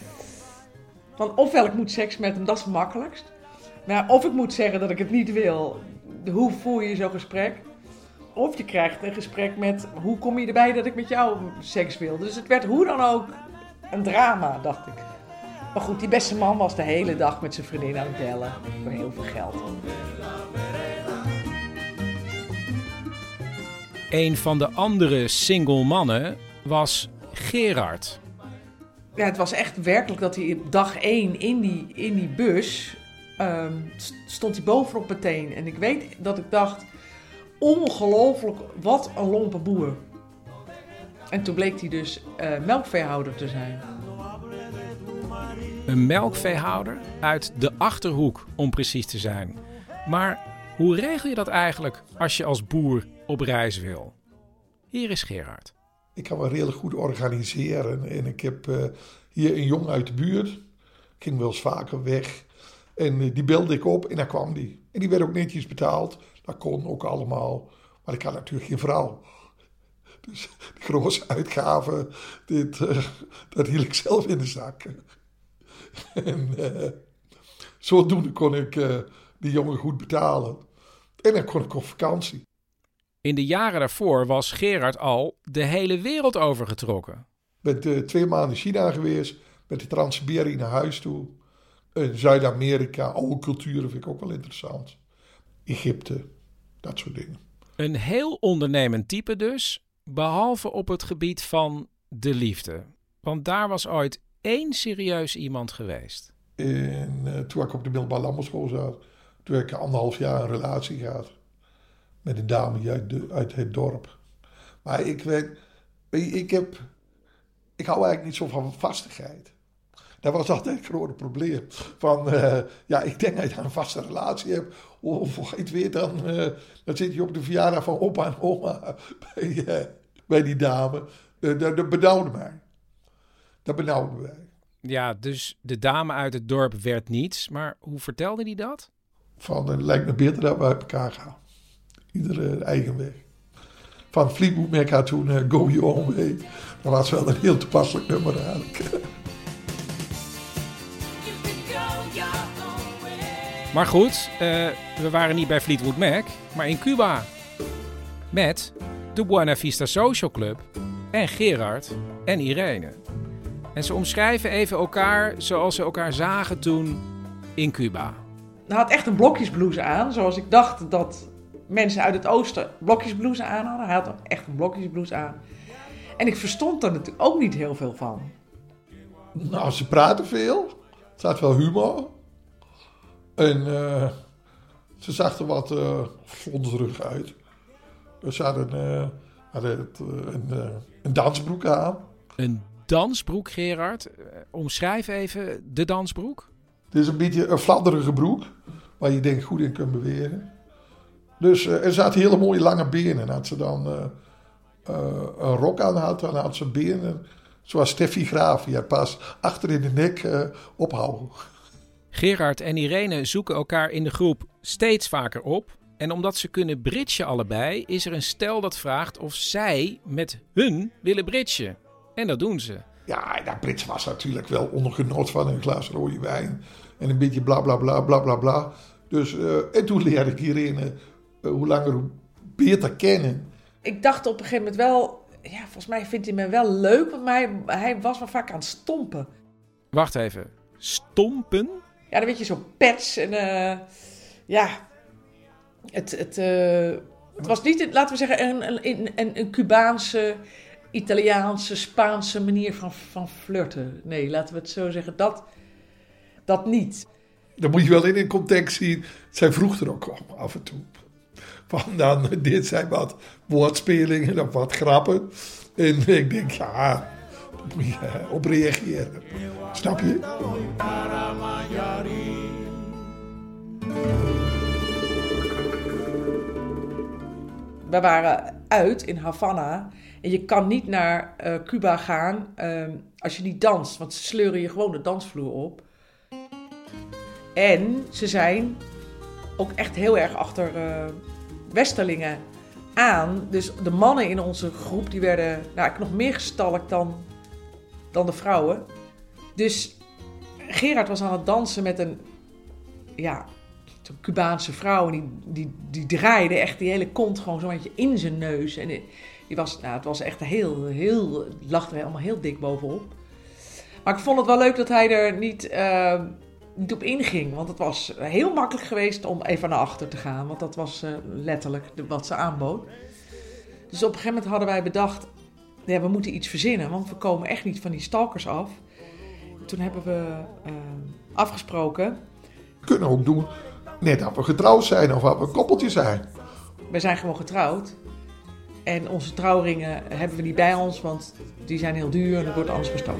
van ofwel ik moet seks met hem, dat is het makkelijkst. Maar of ik moet zeggen dat ik het niet wil, hoe voer je zo'n gesprek? Of je krijgt een gesprek met, hoe kom je erbij dat ik met jou seks wil? Dus het werd hoe dan ook een drama, dacht ik. Maar goed, die beste man was de hele dag met zijn vriendin aan het bellen. Voor heel veel geld. Een van de andere single mannen was Gerard. Ja, het was echt werkelijk dat hij op dag één in die, in die bus um, stond hij bovenop meteen. En ik weet dat ik dacht, ongelooflijk, wat een lompe boer. En toen bleek hij dus uh, melkveehouder te zijn. Een melkveehouder uit de Achterhoek, om precies te zijn. Maar hoe regel je dat eigenlijk als je als boer op reis wil? Hier is Gerard. Ik kan me redelijk goed organiseren. En ik heb uh, hier een jongen uit de buurt. Ik ging wel eens vaker weg. En uh, die belde ik op en daar kwam die. En die werd ook netjes betaald. Dat kon ook allemaal. Maar ik had natuurlijk geen vrouw. Dus de grootste uitgaven, dit, uh, dat hield ik zelf in de zak. En uh, zodoende kon ik uh, die jongen goed betalen. En dan kon ik op vakantie. In de jaren daarvoor was Gerard al de hele wereld overgetrokken. Ik ben uh, twee maanden in China geweest, met de Trans-Siberië naar huis toe. In Zuid-Amerika, oude culturen vind ik ook wel interessant. Egypte, dat soort dingen. Een heel ondernemend type dus, behalve op het gebied van de liefde. Want daar was ooit één serieus iemand geweest. En uh, toen ik op de middelbare landbouwschool zat, toen heb ik anderhalf jaar een relatie gehad. Met een dame uit, de, uit het dorp. Maar ik weet, ik heb, ik hou eigenlijk niet zo van vastigheid. Dat was altijd het grote probleem. Van, uh, ja, ik denk dat je een vaste relatie hebt. Of je het weet, dan, uh, dan zit je op de verjaardag van opa en oma bij, uh, bij die dame. Uh, dat, dat benauwde mij. Dat benauwde mij. Ja, dus de dame uit het dorp werd niets. Maar hoe vertelde hij dat? Van, het lijkt me beter dat we uit elkaar gaan. Iedere eigen weg. Van Fleetwood Mac had toen uh, Go Your Own Way. Dat was wel een heel toepasselijk nummer eigenlijk. Maar goed, uh, we waren niet bij Fleetwood Mac, maar in Cuba. Met de Buena Vista Social Club en Gerard en Irene. En ze omschrijven even elkaar zoals ze elkaar zagen toen in Cuba. Hij had echt een blokjesblouse aan, zoals ik dacht dat mensen uit het oosten blokjesblouse aan hadden. Hij had echt een blokjesblouse aan. En ik verstond er natuurlijk ook niet heel veel van. Nou, ze praten veel. Er staat wel humor. En uh, ze zag er wat uh, slonderig uit. Ze hadden, uh, hadden het, uh, een, uh, een dansbroek aan. Een dansbroek, Gerard? Uh, omschrijf even de dansbroek. Het is een beetje een fladderige broek, waar je denk goed in kunt bewegen. Dus uh, er zaten hele mooie lange benen. En als ze dan uh, uh, een rok aan had, dan had ze benen zoals Steffi Graaf. Die had pas achter in de nek uh, ophouden. Gerard en Irene zoeken elkaar in de groep steeds vaker op. En omdat ze kunnen bridgen allebei, is er een stel dat vraagt of zij met hun willen bridgen. En dat doen ze. Ja, dat bridge was natuurlijk wel onder genot van een glas rode wijn. En een beetje bla bla bla bla bla bla. Dus, uh, en toen leerde ik Irene uh, hoe langer hoe beter kennen. Ik dacht op een gegeven moment wel, ja, volgens mij vindt hij me wel leuk. Want mij, hij was wel vaak aan het stompen. Een even, stompen? Ja, dan weet je, zo pets en uh, ja, het, het, uh, het was niet, laten we zeggen, een, een, een, een Cubaanse, Italiaanse, Spaanse manier van, van flirten. Nee, laten we het zo zeggen, dat, dat niet. Dan moet je wel in een context zien, zij vroeg er ook om af en toe. Van dan dit zijn wat woordspelingen of wat grappen. En ik denk, ja, daar moet je op reageren. Snap je? We waren uit in Havana. En je kan niet naar uh, Cuba gaan um, als je niet danst. Want ze sleuren je gewoon de dansvloer op. En ze zijn ook echt heel erg achter uh, westerlingen aan. Dus de mannen in onze groep die werden nou, nog meer gestalkt dan, dan de vrouwen. Dus Gerard was aan het dansen met een, ja, een Cubaanse vrouw. En die, die, die draaide echt die hele kont gewoon zo'n beetje in zijn neus. En die was, nou, het was echt heel, heel, lag er allemaal heel dik bovenop. Maar ik vond het wel leuk dat hij er niet, uh, niet op inging. Want het was heel makkelijk geweest om even naar achter te gaan. Want dat was uh, letterlijk wat ze aanbood. Dus op een gegeven moment hadden wij bedacht, ja, we moeten iets verzinnen. Want we komen echt niet van die stalkers af. Toen hebben we uh, afgesproken. We kunnen ook doen, net dat we getrouwd zijn of dat we een koppeltje zijn. We zijn gewoon getrouwd. En onze trouwringen hebben we niet bij ons, want die zijn heel duur en dat wordt anders gestolen.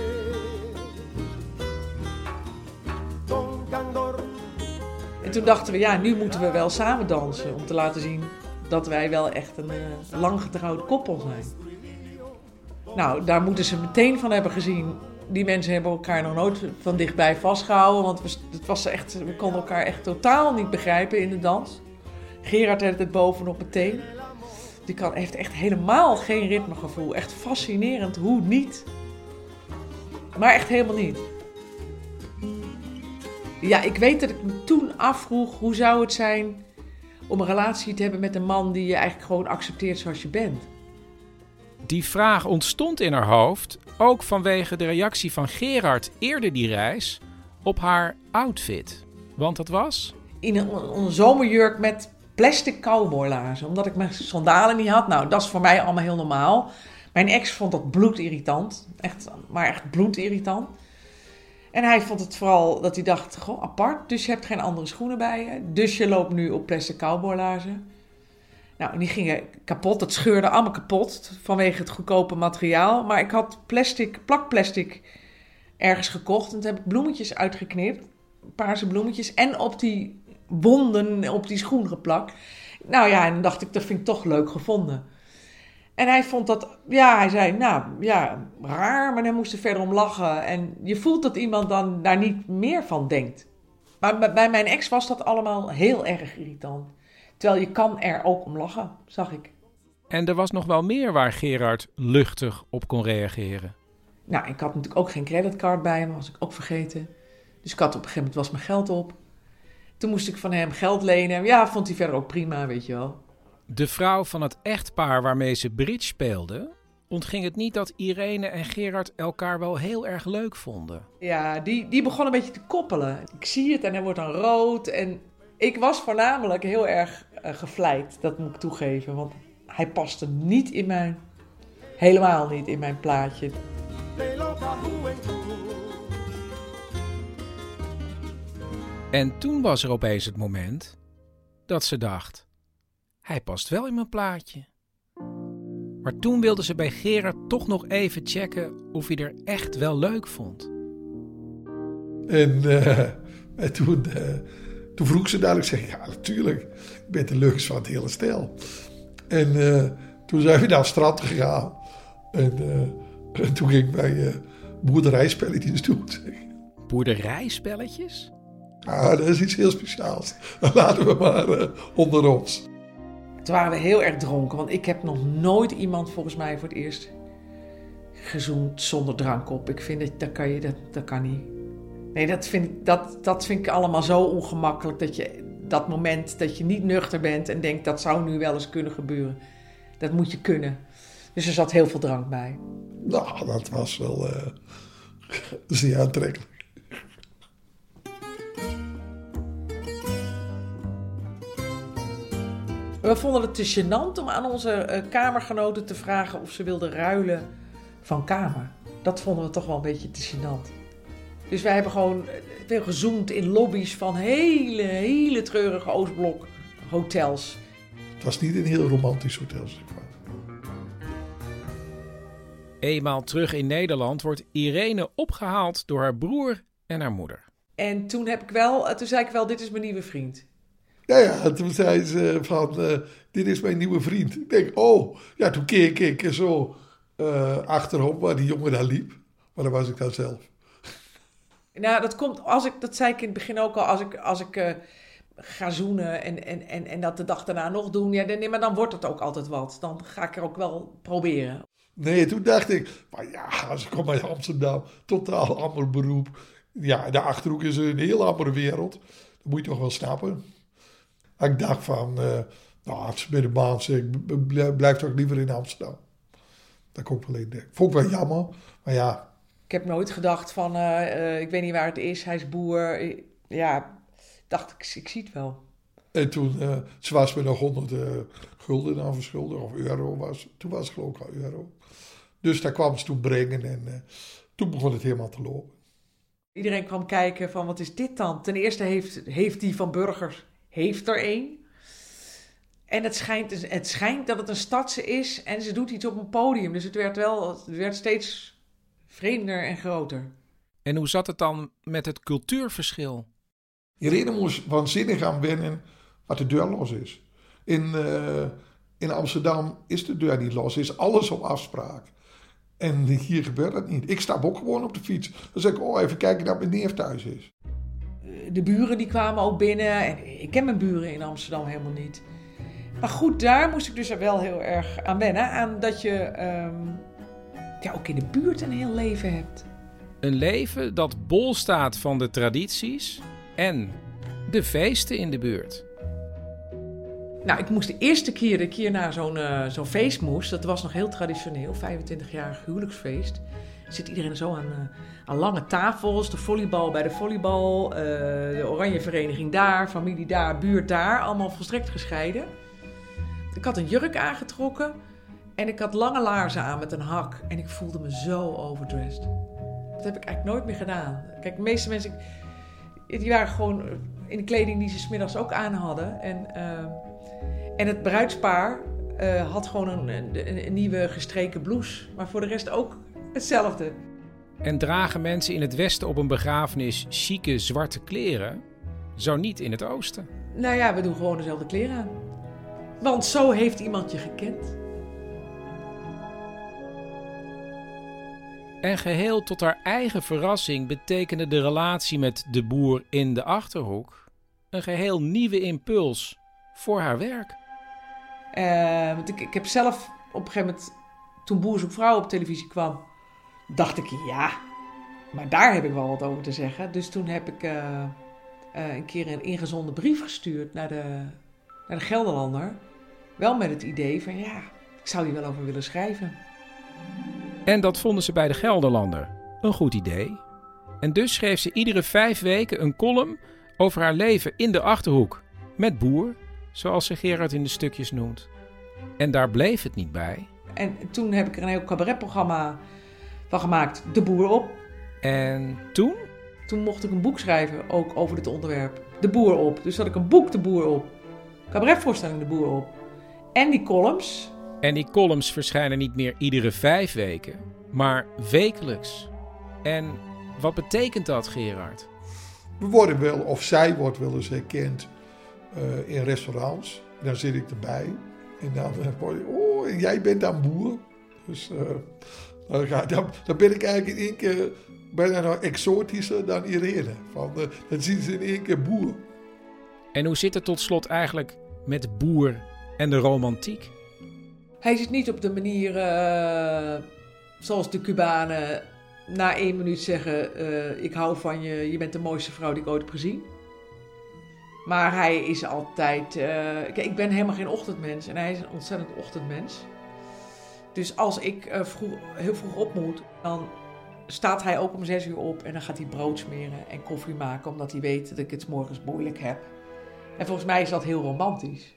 En toen dachten we, ja, nu moeten we wel samen dansen. Om te laten zien dat wij wel echt een uh, lang getrouwd koppel zijn. Nou, daar moeten ze meteen van hebben gezien. Die mensen hebben elkaar nog nooit van dichtbij vastgehouden. Want we, het was echt, we konden elkaar echt totaal niet begrijpen in de dans. Gerard had het bovenop meteen. Die kan, heeft echt helemaal geen ritmegevoel. Echt fascinerend hoe niet. Maar echt helemaal niet. Ja, ik weet dat ik me toen afvroeg, hoe zou het zijn om een relatie te hebben met een man die je eigenlijk gewoon accepteert zoals je bent. Die vraag ontstond in haar hoofd, ook vanwege de reactie van Gerard eerder die reis, op haar outfit. Want dat was? In een, een zomerjurk met plastic cowboylaarzen, omdat ik mijn sandalen niet had. Nou, dat is voor mij allemaal heel normaal. Mijn ex vond dat bloedirritant, echt, maar echt bloedirritant. En hij vond het vooral dat hij dacht, goh, apart, dus je hebt geen andere schoenen bij je. Dus je loopt nu op plastic cowboylaarzen. Nou, die gingen kapot, dat scheurde allemaal kapot vanwege het goedkope materiaal. Maar ik had plastic, plakplastic ergens gekocht en toen heb ik bloemetjes uitgeknipt, paarse bloemetjes, en op die wonden op die schoen geplakt. Nou ja, en dan dacht ik, dat vind ik toch leuk gevonden. En hij vond dat, ja, hij zei, nou ja, raar, maar hij moest er verder om lachen. En je voelt dat iemand dan daar niet meer van denkt. Maar bij mijn ex was dat allemaal heel erg irritant. Terwijl je kan er ook om lachen, zag ik. En er was nog wel meer waar Gerard luchtig op kon reageren. Nou, ik had natuurlijk ook geen creditcard bij me, was ik ook vergeten. Dus ik had op een gegeven moment was mijn geld op. Toen moest ik van hem geld lenen. Ja, vond hij verder ook prima, weet je wel. De vrouw van het echtpaar waarmee ze bridge speelde, ontging het niet dat Irene en Gerard elkaar wel heel erg leuk vonden. Ja, die, die begon een beetje te koppelen. Ik zie het en hij wordt dan rood. En ik was voornamelijk heel erg uh, gevleid, dat moet ik toegeven. Want hij paste niet in mijn, helemaal niet in mijn plaatje. En toen was er opeens het moment dat ze dacht, hij past wel in mijn plaatje. Maar toen wilde ze bij Gerard toch nog even checken of hij er echt wel leuk vond. En, uh, en toen, uh, toen vroeg ze dadelijk, zeg ik, ja natuurlijk, ik ben de leukste van het hele stel. En uh, toen zijn we naar het strand gegaan. En, uh, en toen ging ik bij uh, boerderijspelletjes doen. Boerderijspelletjes? Ah, dat is iets heel speciaals. Dan laten we maar uh, onder ons. Toen waren we heel erg dronken, want ik heb nog nooit iemand volgens mij voor het eerst gezoend zonder drank op. Ik vind dat, dat kan je, dat, dat kan niet. Nee, dat vind, ik, dat, dat vind ik allemaal zo ongemakkelijk, dat je dat moment dat je niet nuchter bent en denkt dat zou nu wel eens kunnen gebeuren. Dat moet je kunnen. Dus er zat heel veel drank bij. Nou, dat was wel uh, zeer aantrekkelijk. We vonden het te gênant om aan onze uh, kamergenoten te vragen of ze wilden ruilen van kamer. Dat vonden we toch wel een beetje te gênant. Dus wij hebben gewoon veel gezoomd in lobby's van hele, hele treurige Oostblok hotels. Het was niet een heel romantisch hotel, zeg maar. Eenmaal terug in Nederland wordt Irene opgehaald door haar broer en haar moeder. En toen heb ik wel, toen zei ik wel, dit is mijn nieuwe vriend. Ja, ja, toen zei ze van, uh, dit is mijn nieuwe vriend. Ik denk, oh, ja, toen keek ik zo uh, achterom waar die jongen daar liep. Maar dat was ik dan zelf. Nou, dat komt, als ik, dat zei ik in het begin ook al, als ik, als ik uh, ga zoenen en, en, en, en dat de dag daarna nog doen, ja, dan, maar dan wordt het ook altijd wat. Dan ga ik er ook wel proberen. Nee, toen dacht ik, maar ja, als ik kom uit Amsterdam, totaal ander beroep. Ja, de Achterhoek is een heel andere wereld. Dat moet je toch wel snappen. Ik dacht van, uh, nou, als ze bij de baan zeggen, blijf toch liever in Amsterdam. Dat kon ik wel in denken. Vond ik wel jammer, maar ja. Ik heb nooit gedacht van, uh, uh, ik weet niet waar het is, hij is boer. Ja, dacht ik, ik zie het wel. En toen, uh, ze was me nog honderd uh, gulden aan verschuldigd, of euro was. Toen was het geloof ik al euro. Dus daar kwam ze toen brengen en uh, toen begon het helemaal te lopen. Iedereen kwam kijken van, wat is dit dan? Ten eerste heeft, heeft die Van Burgers, heeft er één. En het schijnt, het schijnt dat het een stadse is en ze doet iets op een podium. Dus het werd wel, het werd steeds vreemder en groter. En hoe zat het dan met het cultuurverschil? Irene moest waanzinnig gaan wennen wat de deur los is. In, uh, in Amsterdam is de deur niet los, is alles op afspraak. En hier gebeurt dat niet. Ik stap ook gewoon op de fiets. Dan zeg ik, oh, even kijken dat mijn neef thuis is. De buren die kwamen ook binnen. En ik ken mijn buren in Amsterdam helemaal niet. Maar goed, daar moest ik dus wel heel erg aan wennen. Aan dat je um, ja, ook in de buurt een heel leven hebt. Een leven dat bol staat van de tradities en de feesten in de buurt. Nou, ik moest de eerste keer dat ik hier naar zo'n, uh, zo'n feest moest, dat was nog heel traditioneel, vijfentwintigjarig huwelijksfeest. Zit iedereen zo aan, uh, aan lange tafels, de volleybal bij de volleybal, uh, de oranje vereniging daar, familie daar, buurt daar, allemaal volstrekt gescheiden. Ik had een jurk aangetrokken en ik had lange laarzen aan met een hak en ik voelde me zo overdressed. Dat heb ik eigenlijk nooit meer gedaan. Kijk, de meeste mensen, die waren gewoon in de kleding die ze 's middags ook aan hadden. En, uh, en het bruidspaar uh, had gewoon een, een, een nieuwe gestreken blouse, maar voor de rest ook hetzelfde. En dragen mensen in het westen op een begrafenis chique zwarte kleren? Zo niet in het oosten. Nou ja, we doen gewoon dezelfde kleren aan. Want zo heeft iemand je gekend. En geheel tot haar eigen verrassing betekende de relatie met de boer in de Achterhoek een geheel nieuwe impuls voor haar werk. Uh, want ik, ik heb zelf op een gegeven moment, toen Boer zoekt vrouw op televisie kwam, dacht ik, ja, maar daar heb ik wel wat over te zeggen. Dus toen heb ik uh, uh, een keer een ingezonden brief gestuurd naar de, naar de Gelderlander. Wel met het idee van, ja, ik zou hier wel over willen schrijven. En dat vonden ze bij de Gelderlander een goed idee. En dus schreef ze iedere vijf weken een column over haar leven in de Achterhoek. Met Boer, zoals ze Gerard in de stukjes noemt. En daar bleef het niet bij. En toen heb ik er een heel cabaretprogramma van gemaakt, De Boer op. En toen? Toen mocht ik een boek schrijven, ook over dit onderwerp. De Boer op. Dus had ik een boek, De Boer op. Cabaretvoorstelling, De Boer op. En die columns. En die columns verschijnen niet meer iedere vijf weken, maar wekelijks. En wat betekent dat, Gerard? We worden wel, of zij wordt wel eens herkend uh, in restaurants. Dan zit ik erbij. En dan word je, oh, en jij bent dan Boer. Dus uh, dan, ga, dan, dan ben ik eigenlijk in één keer bijna nog exotischer dan Irene. Van, uh, dan zien ze in één keer Boer. En hoe zit het tot slot eigenlijk met Boer en de romantiek? Hij zit niet op de manier uh, zoals de Cubanen na één minuut zeggen, uh, ik hou van je, je bent de mooiste vrouw die ik ooit heb gezien. Maar hij is altijd, uh, kijk, ik ben helemaal geen ochtendmens en hij is een ontzettend ochtendmens. Dus als ik uh, vroeg, heel vroeg op moet, dan staat hij ook om zes uur op en dan gaat hij brood smeren en koffie maken, omdat hij weet dat ik het 's morgens moeilijk heb. En volgens mij is dat heel romantisch.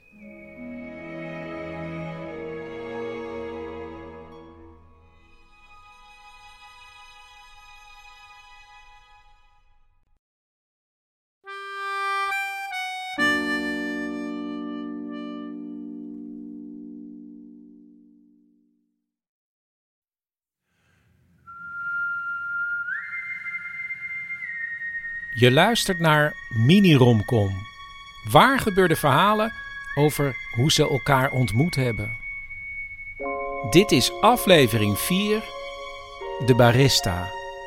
Je luistert naar Mini-Romcom. Waar gebeurde verhalen over hoe ze elkaar ontmoet hebben. Dit is aflevering vier, De Barista.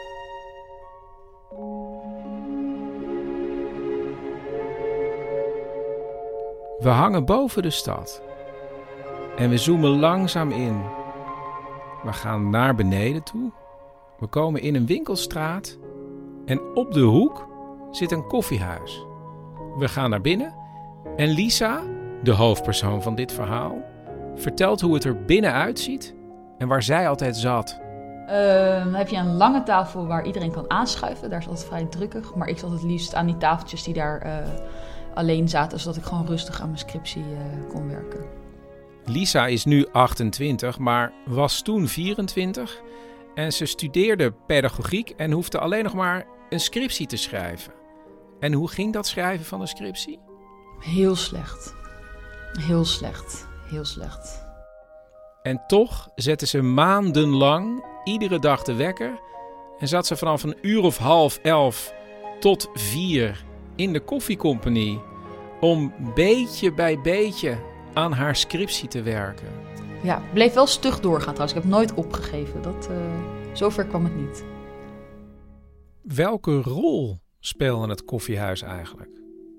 We hangen boven de stad en we zoomen langzaam in. We gaan naar beneden toe. We komen in een winkelstraat en op de hoek zit een koffiehuis. We gaan naar binnen en Lisa, de hoofdpersoon van dit verhaal, vertelt hoe het er binnenuit ziet en waar zij altijd zat. Uh, dan heb je een lange tafel waar iedereen kan aanschuiven. Daar is altijd vrij drukkig. Maar ik zat het liefst aan die tafeltjes die daar uh, alleen zaten, zodat ik gewoon rustig aan mijn scriptie uh, kon werken. Lisa is nu achtentwintig, maar was toen vierentwintig. En ze studeerde pedagogiek en hoefde alleen nog maar een scriptie te schrijven. En hoe ging dat schrijven van een scriptie? Heel slecht. Heel slecht. Heel slecht. En toch zette ze maandenlang iedere dag de wekker en zat ze vanaf een uur of half elf tot vier in de koffiecompagnie om beetje bij beetje aan haar scriptie te werken. Ja, het bleef wel stug doorgaan trouwens. Ik heb nooit opgegeven. Dat, uh, zover kwam het niet. Welke rol speelde het koffiehuis eigenlijk?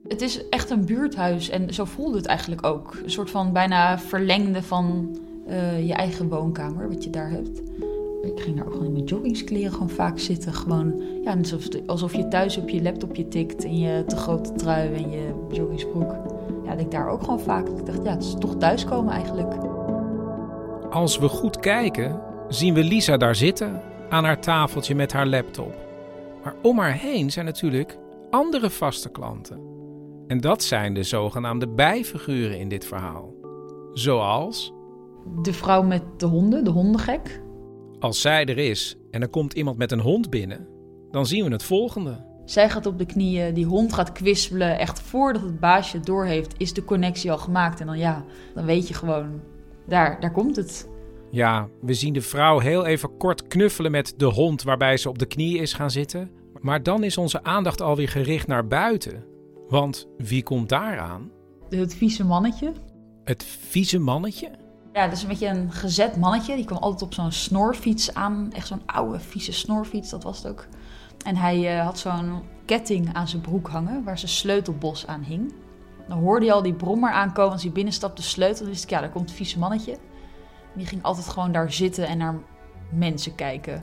Het is echt een buurthuis en zo voelde het eigenlijk ook. Een soort van bijna verlengde van uh, je eigen woonkamer, wat je daar hebt. Ik ging daar ook gewoon in mijn joggingskleren gewoon vaak zitten. Gewoon, ja, alsof, alsof je thuis op je laptopje tikt in je te grote trui en je joggingsbroek. Ja, dat ik daar ook gewoon vaak. Ik dacht, ja, het is toch thuiskomen eigenlijk. Als we goed kijken, zien we Lisa daar zitten aan haar tafeltje met haar laptop. Maar om haar heen zijn natuurlijk andere vaste klanten. En dat zijn de zogenaamde bijfiguren in dit verhaal. Zoals... de vrouw met de honden, de hondengek. Als zij er is en er komt iemand met een hond binnen, dan zien we het volgende. Zij gaat op de knieën, die hond gaat kwispelen. Echt voordat het baasje het doorheeft, is de connectie al gemaakt. En dan ja, dan weet je gewoon, daar, daar komt het. Ja, we zien de vrouw heel even kort knuffelen met de hond waarbij ze op de knieën is gaan zitten. Maar dan is onze aandacht alweer gericht naar buiten. Want wie komt daar aan? Het vieze mannetje. Het vieze mannetje? Ja, dat is een beetje een gezet mannetje. Die kwam altijd op zo'n snorfiets aan. Echt zo'n oude, vieze snorfiets, dat was het ook. En hij uh, had zo'n ketting aan zijn broek hangen, waar zijn sleutelbos aan hing. Dan hoorde hij al die brommer aankomen als hij binnenstapte, de sleutel. Dan wist ik, ja, daar komt het vieze mannetje. En die ging altijd gewoon daar zitten en naar mensen kijken.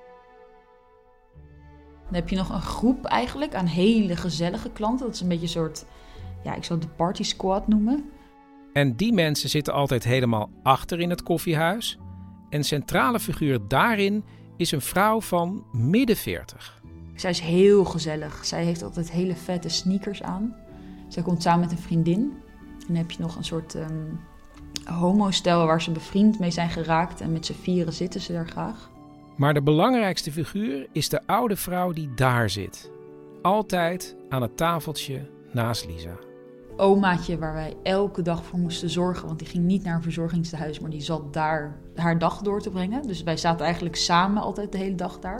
Dan heb je nog een groep eigenlijk aan hele gezellige klanten. Dat is een beetje een soort, ja, ik zou het de party squad noemen. En die mensen zitten altijd helemaal achter in het koffiehuis. En centrale figuur daarin is een vrouw van midden veertig. Zij is heel gezellig. Zij heeft altijd hele vette sneakers aan. Zij komt samen met een vriendin. En dan heb je nog een soort um, homostel waar ze bevriend mee zijn geraakt. En met z'n vieren zitten ze daar graag. Maar de belangrijkste figuur is de oude vrouw die daar zit. Altijd aan het tafeltje naast Lisa. Omaatje waar wij elke dag voor moesten zorgen. Want die ging niet naar een verzorgingstehuis, maar die zat daar haar dag door te brengen. Dus wij zaten eigenlijk samen altijd de hele dag daar.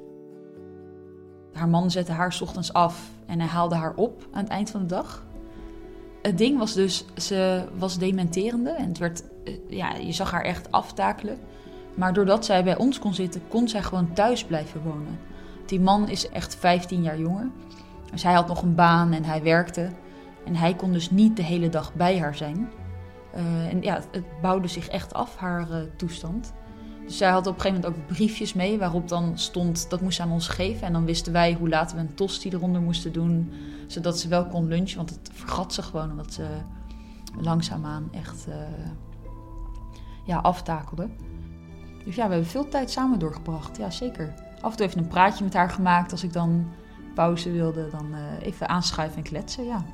Haar man zette haar 's ochtends af en hij haalde haar op aan het eind van de dag. Het ding was dus, ze was dementerende en het werd, ja, je zag haar echt aftakelen. Maar doordat zij bij ons kon zitten, kon zij gewoon thuis blijven wonen. Die man is echt vijftien jaar jonger. Dus hij had nog een baan en hij werkte. En hij kon dus niet de hele dag bij haar zijn. Uh, en ja, het bouwde zich echt af, haar uh, toestand. Dus zij had op een gegeven moment ook briefjes mee waarop dan stond, dat moest ze aan ons geven. En dan wisten wij hoe laat we een tosti eronder moesten doen, zodat ze wel kon lunchen. Want het vergat ze gewoon, omdat ze langzaamaan echt uh, ja, aftakelde. Dus ja, we hebben veel tijd samen doorgebracht, ja zeker. Af en toe even een praatje met haar gemaakt. Als ik dan pauze wilde, dan uh, even aanschuiven en kletsen, ja.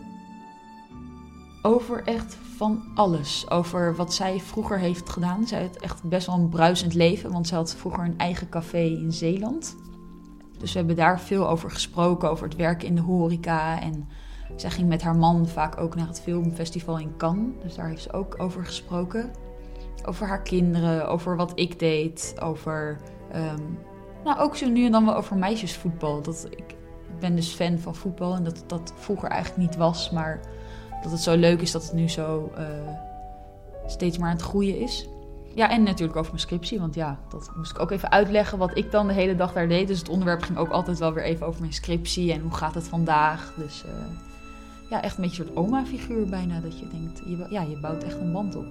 Over echt van alles. Over wat zij vroeger heeft gedaan. Zij had echt best wel een bruisend leven. Want ze had vroeger een eigen café in Zeeland. Dus we hebben daar veel over gesproken. Over het werken in de horeca. En zij ging met haar man vaak ook naar het filmfestival in Cannes. Dus daar heeft ze ook over gesproken. Over haar kinderen. Over wat ik deed. Over... Um, nou, ook zo nu en dan wel over meisjesvoetbal. Dat, ik ben dus fan van voetbal. En dat dat vroeger eigenlijk niet was. Maar... dat het zo leuk is dat het nu zo uh, steeds maar aan het groeien is. Ja, en natuurlijk over mijn scriptie. Want ja, dat moest ik ook even uitleggen wat ik dan de hele dag daar deed. Dus het onderwerp ging ook altijd wel weer even over mijn scriptie. En hoe gaat het vandaag? Dus uh, ja, echt een beetje een soort oma-figuur bijna. Dat je denkt, je, ja, je bouwt echt een band op.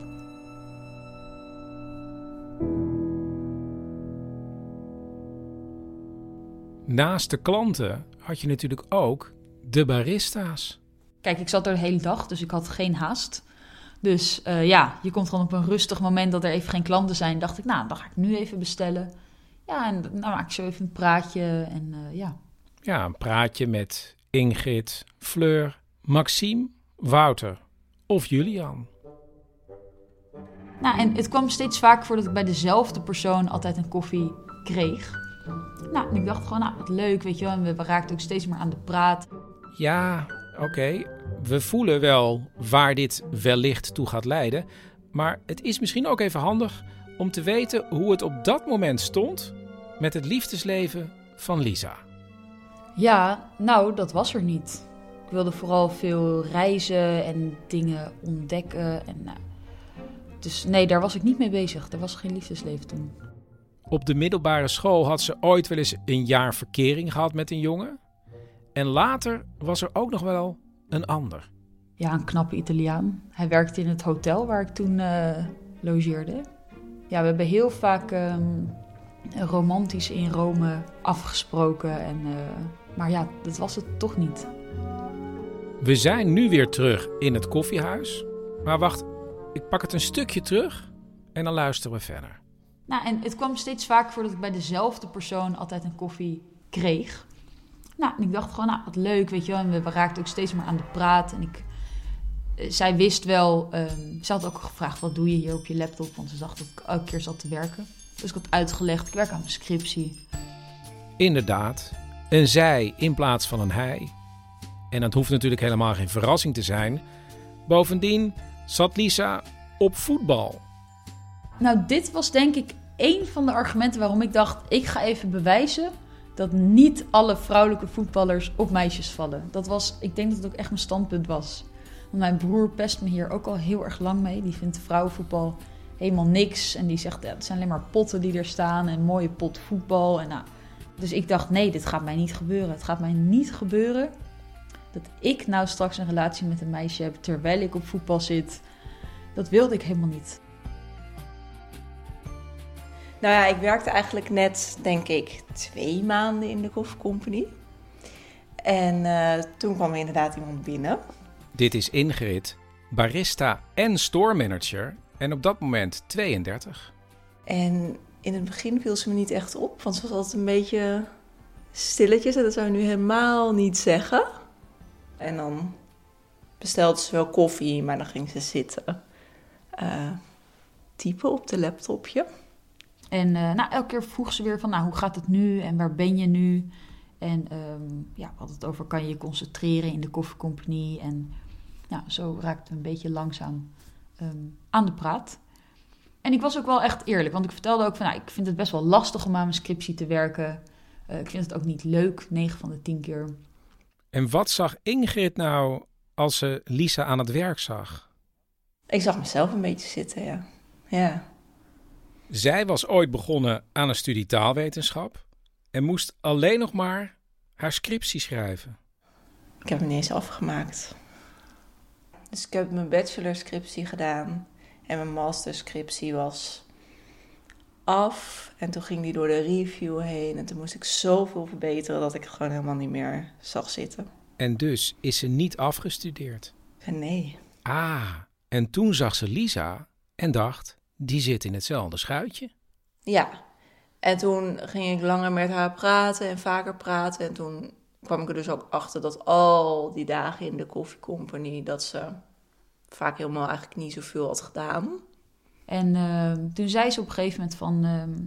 Naast de klanten had je natuurlijk ook de barista's. Kijk, ik zat er de hele dag, dus ik had geen haast. Dus uh, ja, je komt gewoon op een rustig moment dat er even geen klanten zijn. Dacht ik, nou, dan ga ik nu even bestellen. Ja, en dan maak ik zo even een praatje en uh, ja. Ja, een praatje met Ingrid, Fleur, Maxime, Wouter of Julian. Nou, en het kwam steeds vaker voor dat ik bij dezelfde persoon altijd een koffie kreeg. Nou, en ik dacht gewoon, nou, wat leuk, weet je wel. En we raakten ook steeds meer aan de praat. Ja... Oké, okay. We voelen wel waar dit wellicht toe gaat leiden. Maar het is misschien ook even handig om te weten hoe het op dat moment stond met het liefdesleven van Lisa. Ja, nou, dat was er niet. Ik wilde vooral veel reizen en dingen ontdekken. En, nou, dus nee, daar was ik niet mee bezig. Er was geen liefdesleven toen. Op de middelbare school had ze ooit wel eens een jaar verkering gehad met een jongen. En later was er ook nog wel een ander. Ja, een knappe Italiaan. Hij werkte in het hotel waar ik toen uh, logeerde. Ja, we hebben heel vaak um, romantisch in Rome afgesproken. En, uh, maar ja, dat was het toch niet. We zijn nu weer terug in het koffiehuis. Maar wacht, ik pak het een stukje terug en dan luisteren we verder. Nou, en het kwam steeds vaker voor dat ik bij dezelfde persoon altijd een koffie kreeg. Nou, en ik dacht gewoon, nou, wat leuk, weet je wel. En we raakten ook steeds meer aan de praat. En ik, uh, zij wist wel, uh, ze had ook gevraagd, wat doe je hier op je laptop? Want ze dacht dat ik elke keer zat te werken. Dus ik had uitgelegd, ik werk aan mijn scriptie. Inderdaad, een zij in plaats van een hij. En dat hoeft natuurlijk helemaal geen verrassing te zijn. Bovendien zat Lisa op voetbal. Nou, dit was denk ik één van de argumenten waarom ik dacht, ik ga even bewijzen dat niet alle vrouwelijke voetballers op meisjes vallen. Dat was, ik denk dat het ook echt mijn standpunt was. Want mijn broer pest me hier ook al heel erg lang mee. Die vindt vrouwenvoetbal helemaal niks. En die zegt, ja, het zijn alleen maar potten die er staan en een mooie pot voetbal. En nou, dus ik dacht, nee, dit gaat mij niet gebeuren. Het gaat mij niet gebeuren dat ik nou straks een relatie met een meisje heb terwijl ik op voetbal zit. Dat wilde ik helemaal niet. Nou ja, ik werkte eigenlijk net, denk ik, twee maanden in de koffiecompany. En uh, toen kwam er inderdaad iemand binnen. Dit is Ingrid, barista en store manager en op dat moment tweeëndertig. En in het begin viel ze me niet echt op, want ze was altijd een beetje stilletjes. En dat zou je nu helemaal niet zeggen. En dan bestelde ze wel koffie, maar dan ging ze zitten. Uh, typen op de laptopje. En uh, nou, elke keer vroeg ze weer van, nou, hoe gaat het nu en waar ben je nu? En um, ja, we hadden het over, kan je je concentreren in de koffiecompany? En ja, zo raakten we een beetje langzaam um, aan de praat. En ik was ook wel echt eerlijk, want ik vertelde ook van, nou, ik vind het best wel lastig om aan mijn scriptie te werken. Uh, ik vind het ook niet leuk, negen van de tien keer. En wat zag Ingrid nou als ze Lisa aan het werk zag? Ik zag mezelf een beetje zitten, ja. Ja. Zij was ooit begonnen aan een studie taalwetenschap en moest alleen nog maar haar scriptie schrijven. Ik heb hem niet eens afgemaakt. Dus ik heb mijn bachelorscriptie gedaan en mijn masterscriptie was af. En toen ging die door de review heen en toen moest ik zoveel verbeteren dat ik het gewoon helemaal niet meer zag zitten. En dus is ze niet afgestudeerd? Nee. Ah, en toen zag ze Lisa en dacht, die zit in hetzelfde schuitje. Ja, en toen ging ik langer met haar praten en vaker praten. En toen kwam ik er dus ook achter dat al die dagen in de koffiecompany, dat ze vaak helemaal eigenlijk niet zoveel had gedaan. En uh, toen zei ze op een gegeven moment van, uh,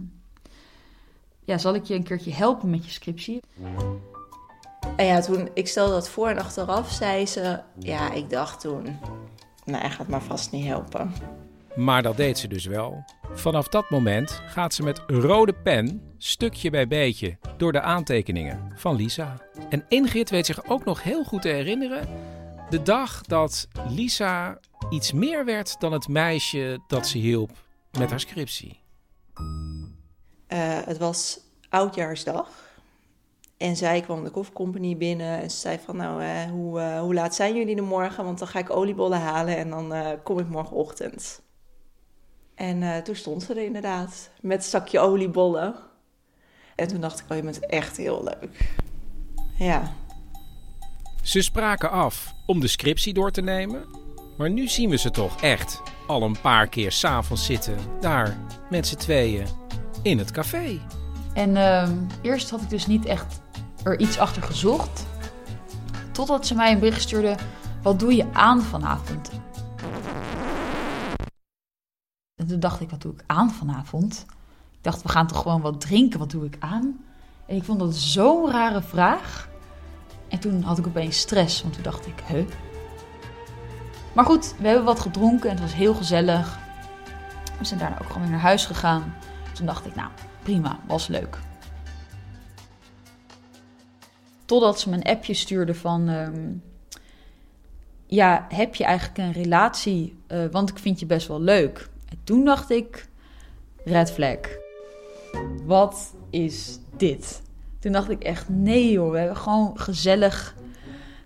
ja, zal ik je een keertje helpen met je scriptie? En ja, toen, ik stelde dat voor en achteraf zei ze, ja, ik dacht toen, nou, hij gaat maar vast niet helpen. Maar dat deed ze dus wel. Vanaf dat moment gaat ze met rode pen, stukje bij beetje, door de aantekeningen van Lisa. En Ingrid weet zich ook nog heel goed te herinneren de dag dat Lisa iets meer werd dan het meisje dat ze hielp met haar scriptie. Uh, het was oudjaarsdag. En zij kwam de koffiecompany binnen en ze zei van, nou, uh, hoe, uh, hoe laat zijn jullie er morgen? Want dan ga ik oliebollen halen en dan uh, kom ik morgenochtend. En uh, toen stond ze er inderdaad, met een zakje oliebollen. En toen dacht ik, oh, je bent echt heel leuk. Ja. Ze spraken af om de scriptie door te nemen. Maar nu zien we ze toch echt al een paar keer 's avonds zitten, daar met z'n tweeën, in het café. En uh, eerst had ik dus niet echt er iets achter gezocht. Totdat ze mij een bericht stuurde, wat doe je aan vanavond? En toen dacht ik, wat doe ik aan vanavond? Ik dacht, we gaan toch gewoon wat drinken, wat doe ik aan? En ik vond dat zo'n rare vraag. En toen had ik opeens stress, want toen dacht ik, huh? Maar goed, we hebben wat gedronken en het was heel gezellig. We zijn daarna ook gewoon weer naar huis gegaan. Toen dacht ik, nou, prima, was leuk. Totdat ze me een appje stuurde van, um, ja, heb je eigenlijk een relatie? Uh, want ik vind je best wel leuk. En toen dacht ik, red flag. Wat is dit? Toen dacht ik echt, nee joh, we hebben gewoon gezellig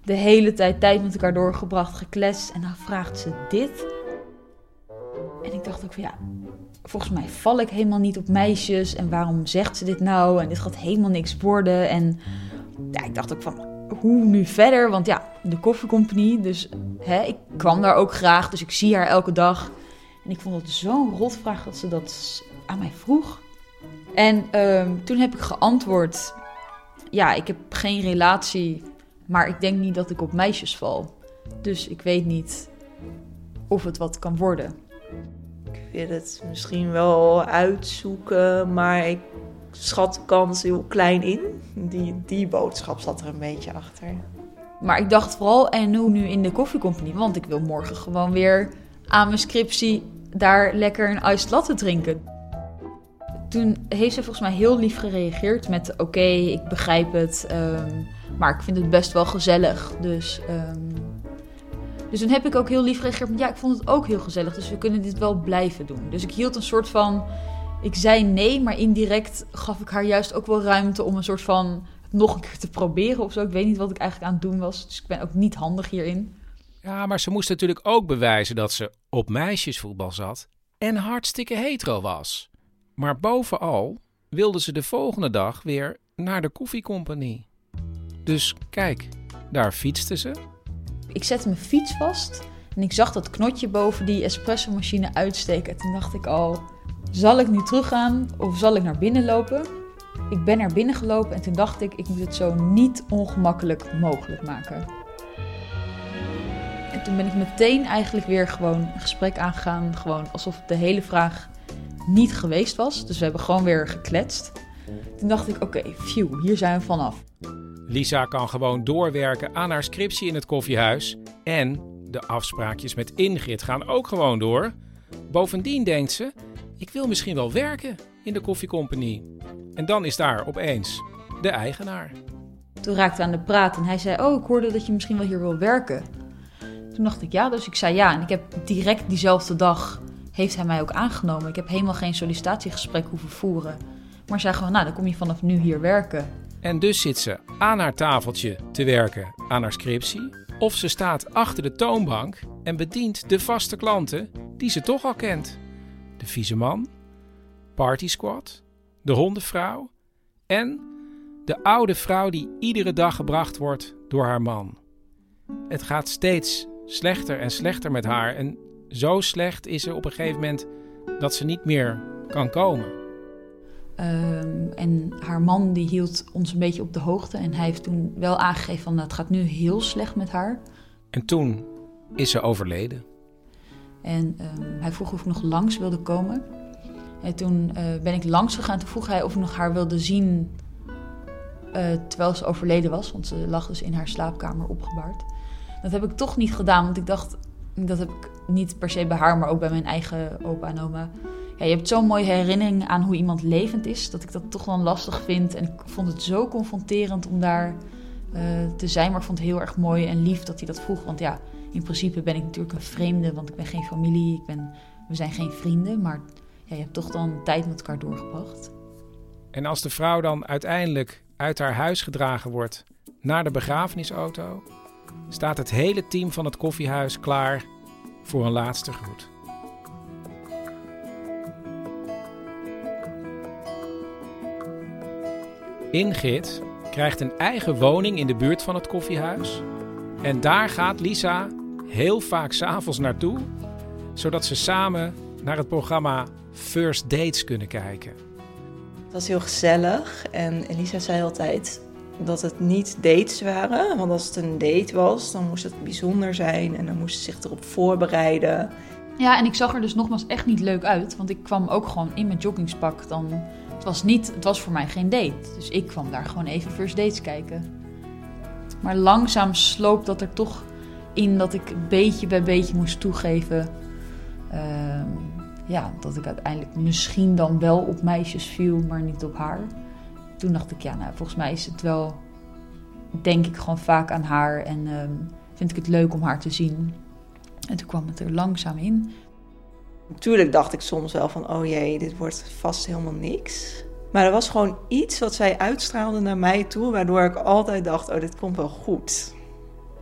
de hele tijd tijd met elkaar doorgebracht, gekletst. En dan vraagt ze dit. En ik dacht ook van ja, volgens mij val ik helemaal niet op meisjes. En waarom zegt ze dit nou? En dit gaat helemaal niks worden. En ja, ik dacht ook van, hoe nu verder? Want ja, de koffiecompagnie, dus hè, ik kwam daar ook graag. Dus ik zie haar elke dag. En ik vond het zo'n rotvraag dat ze dat aan mij vroeg. En um, toen heb ik geantwoord, ja, ik heb geen relatie, maar ik denk niet dat ik op meisjes val. Dus ik weet niet of het wat kan worden. Ik wil het misschien wel uitzoeken, maar ik schat de kans heel klein in. Die, die boodschap zat er een beetje achter. Maar ik dacht vooral, en hoe nu in de koffiecompagnie? Want ik wil morgen gewoon weer aan mijn scriptie daar lekker een iced latte drinken. Toen heeft ze volgens mij heel lief gereageerd met oké, okay, ik begrijp het, um, maar ik vind het best wel gezellig. Dus, um, dus toen heb ik ook heel lief gereageerd met ja, ik vond het ook heel gezellig, dus we kunnen dit wel blijven doen. Dus ik hield een soort van, ik zei nee, maar indirect gaf ik haar juist ook wel ruimte om een soort van het nog een keer te proberen of zo. Ik weet niet wat ik eigenlijk aan het doen was, dus ik ben ook niet handig hierin. Ja, maar ze moest natuurlijk ook bewijzen dat ze op meisjesvoetbal zat en hartstikke hetero was. Maar bovenal wilde ze de volgende dag weer naar de koffiecompagnie. Dus kijk, daar fietste ze. Ik zette mijn fiets vast en ik zag dat knotje boven die espresso-machine uitsteken. Toen dacht ik al, zal ik nu teruggaan of zal ik naar binnen lopen? Ik ben naar binnen gelopen en toen dacht ik, ik moet het zo niet ongemakkelijk mogelijk maken. En toen ben ik meteen eigenlijk weer gewoon een gesprek aangegaan. Gewoon alsof de hele vraag niet geweest was. Dus we hebben gewoon weer gekletst. Toen dacht ik, oké, okay, phew, hier zijn we vanaf. Lisa kan gewoon doorwerken aan haar scriptie in het koffiehuis. En de afspraakjes met Ingrid gaan ook gewoon door. Bovendien denkt ze, ik wil misschien wel werken in de koffiecompagnie. En dan is daar opeens de eigenaar. Toen raakten we aan de praat en hij zei, oh, ik hoorde dat je misschien wel hier wil werken. Toen dacht ik ja, dus ik zei ja. En ik heb direct diezelfde dag, heeft hij mij ook aangenomen. Ik heb helemaal geen sollicitatiegesprek hoeven voeren. Maar zei gewoon, nou, dan kom je vanaf nu hier werken. En dus zit ze aan haar tafeltje te werken aan haar scriptie. Of ze staat achter de toonbank en bedient de vaste klanten die ze toch al kent. De vieze man, Party Squad, de hondenvrouw en de oude vrouw die iedere dag gebracht wordt door haar man. Het gaat steeds slechter en slechter met haar. En zo slecht is ze op een gegeven moment dat ze niet meer kan komen. Um, en haar man die hield ons een beetje op de hoogte. En hij heeft toen wel aangegeven van, het gaat nu heel slecht met haar. En toen is ze overleden. En um, hij vroeg of ik nog langs wilde komen. En toen uh, ben ik langs gegaan. Toen vroeg hij of ik nog haar wilde zien uh, terwijl ze overleden was. Want ze lag dus in haar slaapkamer opgebaard. Dat heb ik toch niet gedaan, want ik dacht, dat heb ik niet per se bij haar, maar ook bij mijn eigen opa en oma. Ja, je hebt zo'n mooie herinnering aan hoe iemand levend is, dat ik dat toch wel lastig vind. En ik vond het zo confronterend om daar uh, te zijn, maar ik vond het heel erg mooi en lief dat hij dat vroeg. Want ja, in principe ben ik natuurlijk een vreemde, want ik ben geen familie, ik ben, we zijn geen vrienden. Maar ja, je hebt toch dan tijd met elkaar doorgebracht. En als de vrouw dan uiteindelijk uit haar huis gedragen wordt naar de begrafenisauto, staat het hele team van het koffiehuis klaar voor een laatste groet. Ingrid krijgt een eigen woning in de buurt van het koffiehuis. En daar gaat Lisa heel vaak 's avonds naartoe, zodat ze samen naar het programma First Dates kunnen kijken. Het was heel gezellig en Lisa zei altijd dat het niet dates waren. Want als het een date was, dan moest het bijzonder zijn en dan moest ze zich erop voorbereiden. Ja, en ik zag er dus nogmaals echt niet leuk uit, want ik kwam ook gewoon in mijn joggingspak. Dan, het was niet, het was voor mij geen date, dus ik kwam daar gewoon even First Dates kijken. Maar langzaam sloop dat er toch in dat ik beetje bij beetje moest toegeven. Uh, ja, dat ik uiteindelijk misschien dan wel op meisjes viel, maar niet op haar. Toen dacht ik, ja, nou, volgens mij is het wel, denk ik gewoon vaak aan haar en uh, vind ik het leuk om haar te zien. En toen kwam het er langzaam in. Natuurlijk dacht ik soms wel van, oh jee, dit wordt vast helemaal niks. Maar er was gewoon iets wat zij uitstraalde naar mij toe, waardoor ik altijd dacht, oh, dit komt wel goed.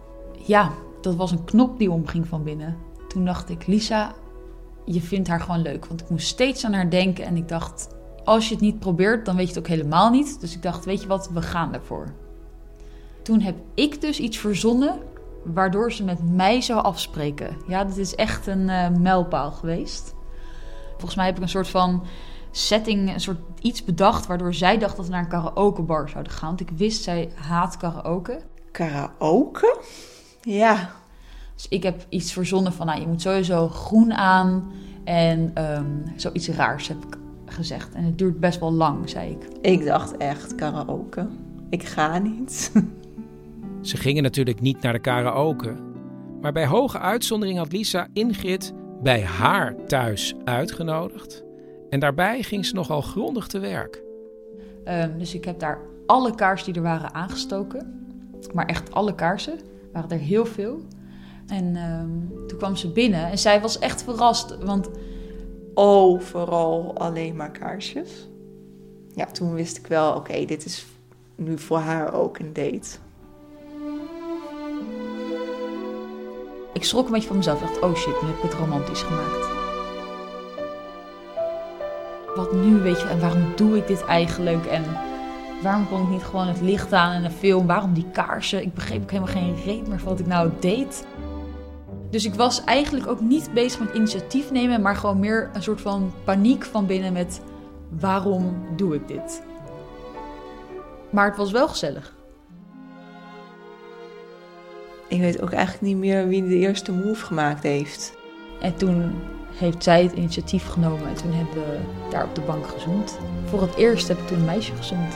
ja, dat was een knop die omging van binnen. Toen dacht ik, Lisa, je vindt haar gewoon leuk. Want ik moest steeds aan haar denken en ik dacht, als je het niet probeert, dan weet je het ook helemaal niet. Dus ik dacht, weet je wat, we gaan ervoor. Toen heb ik dus iets verzonnen waardoor ze met mij zou afspreken. Ja, dat is echt een uh, mijlpaal geweest. Volgens mij heb ik een soort van setting, een soort iets bedacht waardoor zij dacht dat we naar een karaokebar zouden gaan. Want ik wist, zij haat karaoke. Karaoke? Ja. Dus ik heb iets verzonnen van, nou, je moet sowieso groen aan en um, zoiets raars heb ik gezegd. En het duurt best wel lang, zei ik. Ik dacht echt karaoke. Ik ga niet. Ze gingen natuurlijk niet naar de karaoke. Maar bij hoge uitzondering had Lisa Ingrid bij haar thuis uitgenodigd. En daarbij ging ze nogal grondig te werk. Um, dus ik heb daar alle kaarsen die er waren aangestoken. Maar echt alle kaarsen. Waren er heel veel. En um, toen kwam ze binnen en zij was echt verrast. Want overal alleen maar kaarsjes. Ja, toen wist ik wel, oké, okay, dit is nu voor haar ook een date. Ik schrok een beetje van mezelf. Ik dacht, oh shit, nu heb ik het romantisch gemaakt. Wat nu, weet je, en waarom doe ik dit eigenlijk? En waarom kon ik niet gewoon het licht aan in een film? Waarom die kaarsen? Ik begreep ook helemaal geen reet meer van wat ik nou deed. Dus ik was eigenlijk ook niet bezig met initiatief nemen, maar gewoon meer een soort van paniek van binnen met waarom doe ik dit? Maar het was wel gezellig. Ik weet ook eigenlijk niet meer wie de eerste move gemaakt heeft. En toen heeft zij het initiatief genomen en toen hebben we daar op de bank gezoend. Voor het eerst heb ik toen een meisje gezoend.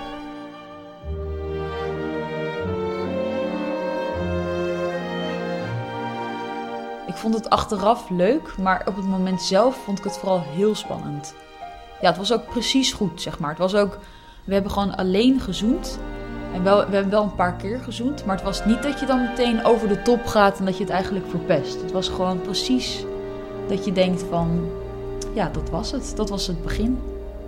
Ik vond het achteraf leuk, maar op het moment zelf vond ik het vooral heel spannend. Ja, het was ook precies goed, zeg maar. Het was ook, we hebben gewoon alleen gezoend. En wel, we hebben wel een paar keer gezoend, maar het was niet dat je dan meteen over de top gaat en dat je het eigenlijk verpest. Het was gewoon precies dat je denkt van, ja, dat was het. Dat was het begin.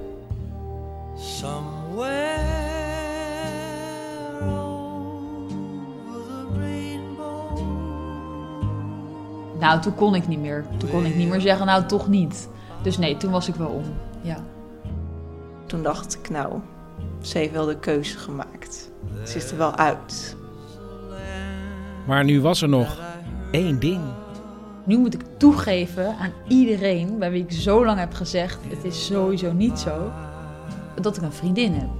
Nou, toen kon ik niet meer. Toen kon ik niet meer zeggen, nou, toch niet. Dus nee, toen was ik wel om, ja. Toen dacht ik, nou, ze heeft wel de keuze gemaakt. Ze is er wel uit. Maar nu was er nog één ding. Nu moet ik toegeven aan iedereen bij wie ik zo lang heb gezegd, het is sowieso niet zo, dat ik een vriendin heb.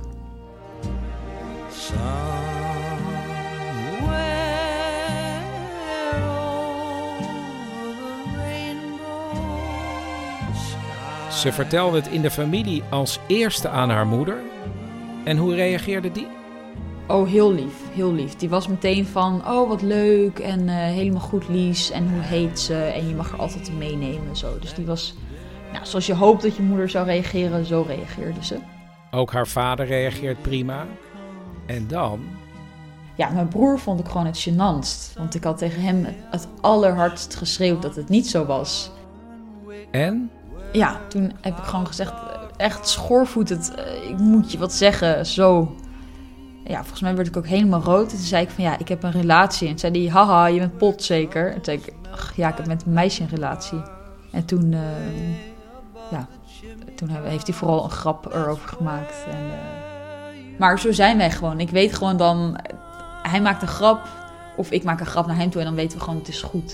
Ze vertelde het in de familie als eerste aan haar moeder. En hoe reageerde die? Oh, heel lief, heel lief. Die was meteen van, oh wat leuk en uh, helemaal goed Lies en hoe heet ze en je mag er altijd meenemen. Zo. Dus die was, nou, zoals je hoopt dat je moeder zou reageren, zo reageerde ze. Ook haar vader reageert prima. En dan? Ja, mijn broer vond ik gewoon het gênantst. Want ik had tegen hem het allerhardst geschreeuwd dat het niet zo was. En? Ja, toen heb ik gewoon gezegd, echt schoorvoetend, ik moet je wat zeggen, zo. Ja, volgens mij werd ik ook helemaal rood. En toen zei ik van, ja, ik heb een relatie. En toen zei hij, haha, je bent pot zeker. En toen zei ik, ach, ja, ik heb met een meisje een relatie. En toen, uh, ja, toen heeft hij vooral een grap erover gemaakt. En, uh, maar zo zijn wij gewoon. Ik weet gewoon dan, hij maakt een grap of ik maak een grap naar hem toe en dan weten we gewoon, het is goed.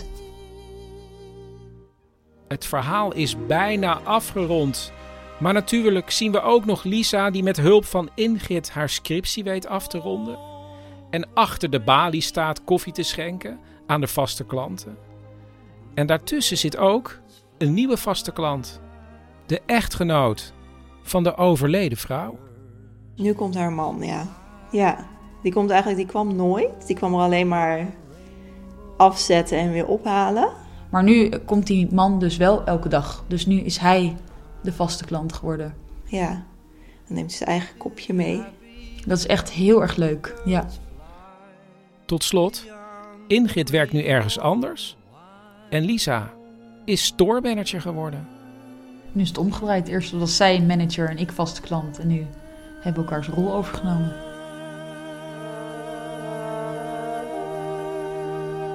Het verhaal is bijna afgerond. Maar natuurlijk zien we ook nog Lisa die met hulp van Ingrid haar scriptie weet af te ronden. En achter de balie staat koffie te schenken aan de vaste klanten. En daartussen zit ook een nieuwe vaste klant. De echtgenoot van de overleden vrouw. Nu komt haar man, ja. Ja, die komt eigenlijk, die kwam nooit. Die kwam er alleen maar afzetten en weer ophalen. Maar nu komt die man dus wel elke dag. Dus nu is hij de vaste klant geworden. Ja, dan neemt ze zijn eigen kopje mee. Dat is echt heel erg leuk, ja. Tot slot, Ingrid werkt nu ergens anders. En Lisa is store-manager geworden. Nu is het omgedraaid. Eerst was zij manager en ik vaste klant. En nu hebben we elkaars rol overgenomen.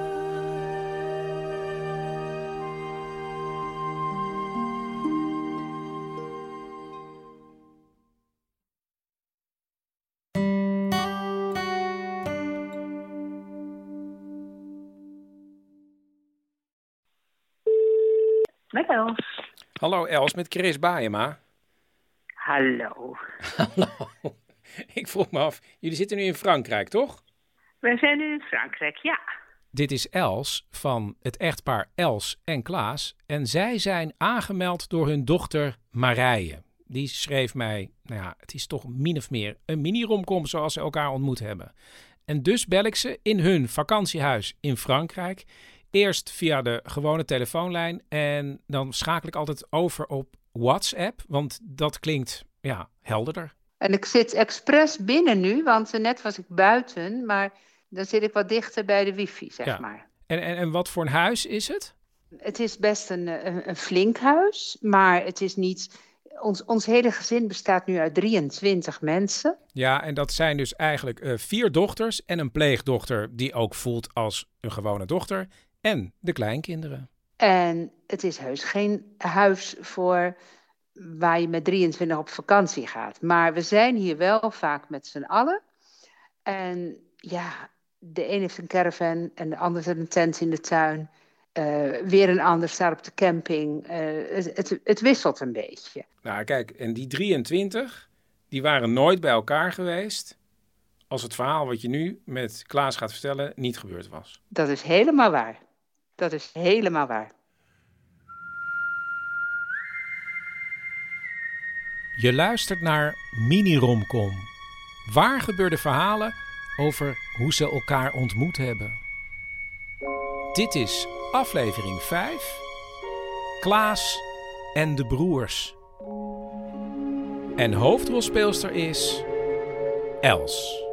Met Els. Hallo Els, met Chris Baayema. Hallo. Hallo. Ik vroeg me af, jullie zitten nu in Frankrijk, toch? Wij zijn nu in Frankrijk, ja. Dit is Els van het echtpaar Els en Klaas. En zij zijn aangemeld door hun dochter Marije. Die schreef mij, nou ja, het is toch min of meer een mini-romcom zoals ze elkaar ontmoet hebben. En dus bel ik ze in hun vakantiehuis in Frankrijk. Eerst via de gewone telefoonlijn en dan schakel ik altijd over op WhatsApp, want dat klinkt, ja, helderder. En ik zit expres binnen nu, want net was ik buiten, maar dan zit ik wat dichter bij de wifi, zeg ja. maar. En, en, en wat voor een huis is het? Het is best een, een, een flink huis, maar het is niet... Ons, ons hele gezin bestaat nu uit drieëntwintig mensen. Ja, en dat zijn dus eigenlijk uh, vier dochters en een pleegdochter die ook voelt als een gewone dochter. En de kleinkinderen. En het is heus geen huis voor waar je met drieëntwintig op vakantie gaat. Maar we zijn hier wel vaak met z'n allen. En ja, de een heeft een caravan en de ander zet een tent in de tuin. Uh, weer een ander staat op de camping. Uh, het, het, het wisselt een beetje. Nou kijk, en die drieëntwintig, die waren nooit bij elkaar geweest als het verhaal wat je nu met Klaas gaat vertellen niet gebeurd was. Dat is helemaal waar. Dat is helemaal waar. Je luistert naar Mini-romcom. Waar gebeurde verhalen over hoe ze elkaar ontmoet hebben. Dit is aflevering vijf. Klaas en de broers. En hoofdrolspeelster is Els.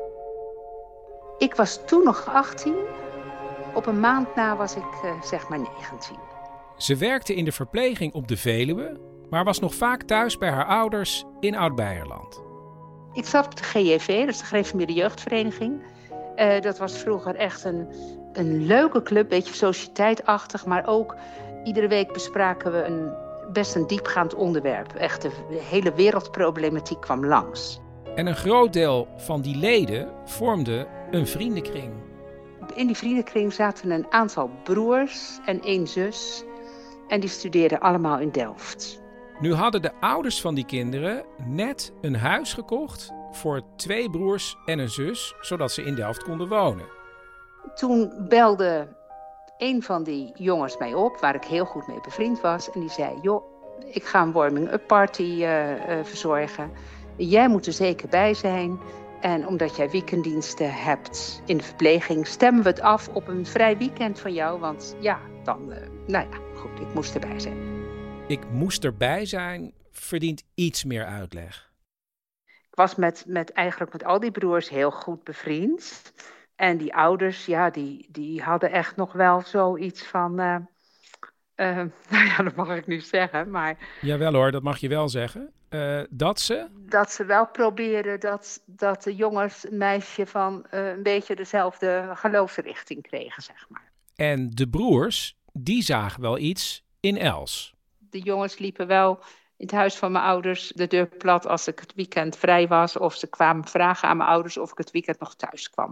Ik was toen nog achttien. Op een maand na was ik uh, zeg maar negentien. Ze werkte in de verpleging op de Veluwe, maar was nog vaak thuis bij haar ouders in Oud-Beierland. Ik zat op de G J V, dat is de Gereformeerde Jeugdvereniging. Uh, dat was vroeger echt een, een leuke club, een beetje sociëteitachtig, maar ook iedere week bespraken we een best een diepgaand onderwerp. Echt de hele wereldproblematiek kwam langs. En een groot deel van die leden vormde een vriendenkring. In die vriendenkring zaten een aantal broers en één zus. En die studeerden allemaal in Delft. Nu hadden de ouders van die kinderen net een huis gekocht voor twee broers en een zus, zodat ze in Delft konden wonen. Toen belde een van die jongens mij op, waar ik heel goed mee bevriend was. En die zei, joh, ik ga een warming-up party uh, uh, verzorgen. Jij moet er zeker bij zijn. En omdat jij weekenddiensten hebt in de verpleging, stemmen we het af op een vrij weekend van jou. Want ja, dan, uh, nou ja, goed, ik moest erbij zijn. Ik moest erbij zijn verdient iets meer uitleg. Ik was met, met eigenlijk met al die broers heel goed bevriend. En die ouders, ja, die, die hadden echt nog wel zoiets van... Uh, uh, nou ja, dat mag ik nu zeggen, maar... Jawel hoor, dat mag je wel zeggen. Uh, dat ze... Dat ze wel proberen dat, dat de jongens een meisje van uh, een beetje dezelfde geloofsrichting kregen, zeg maar. En de broers, die zagen wel iets in Els. De jongens liepen wel in het huis van mijn ouders de deur plat als ik het weekend vrij was. Of ze kwamen vragen aan mijn ouders of ik het weekend nog thuis kwam.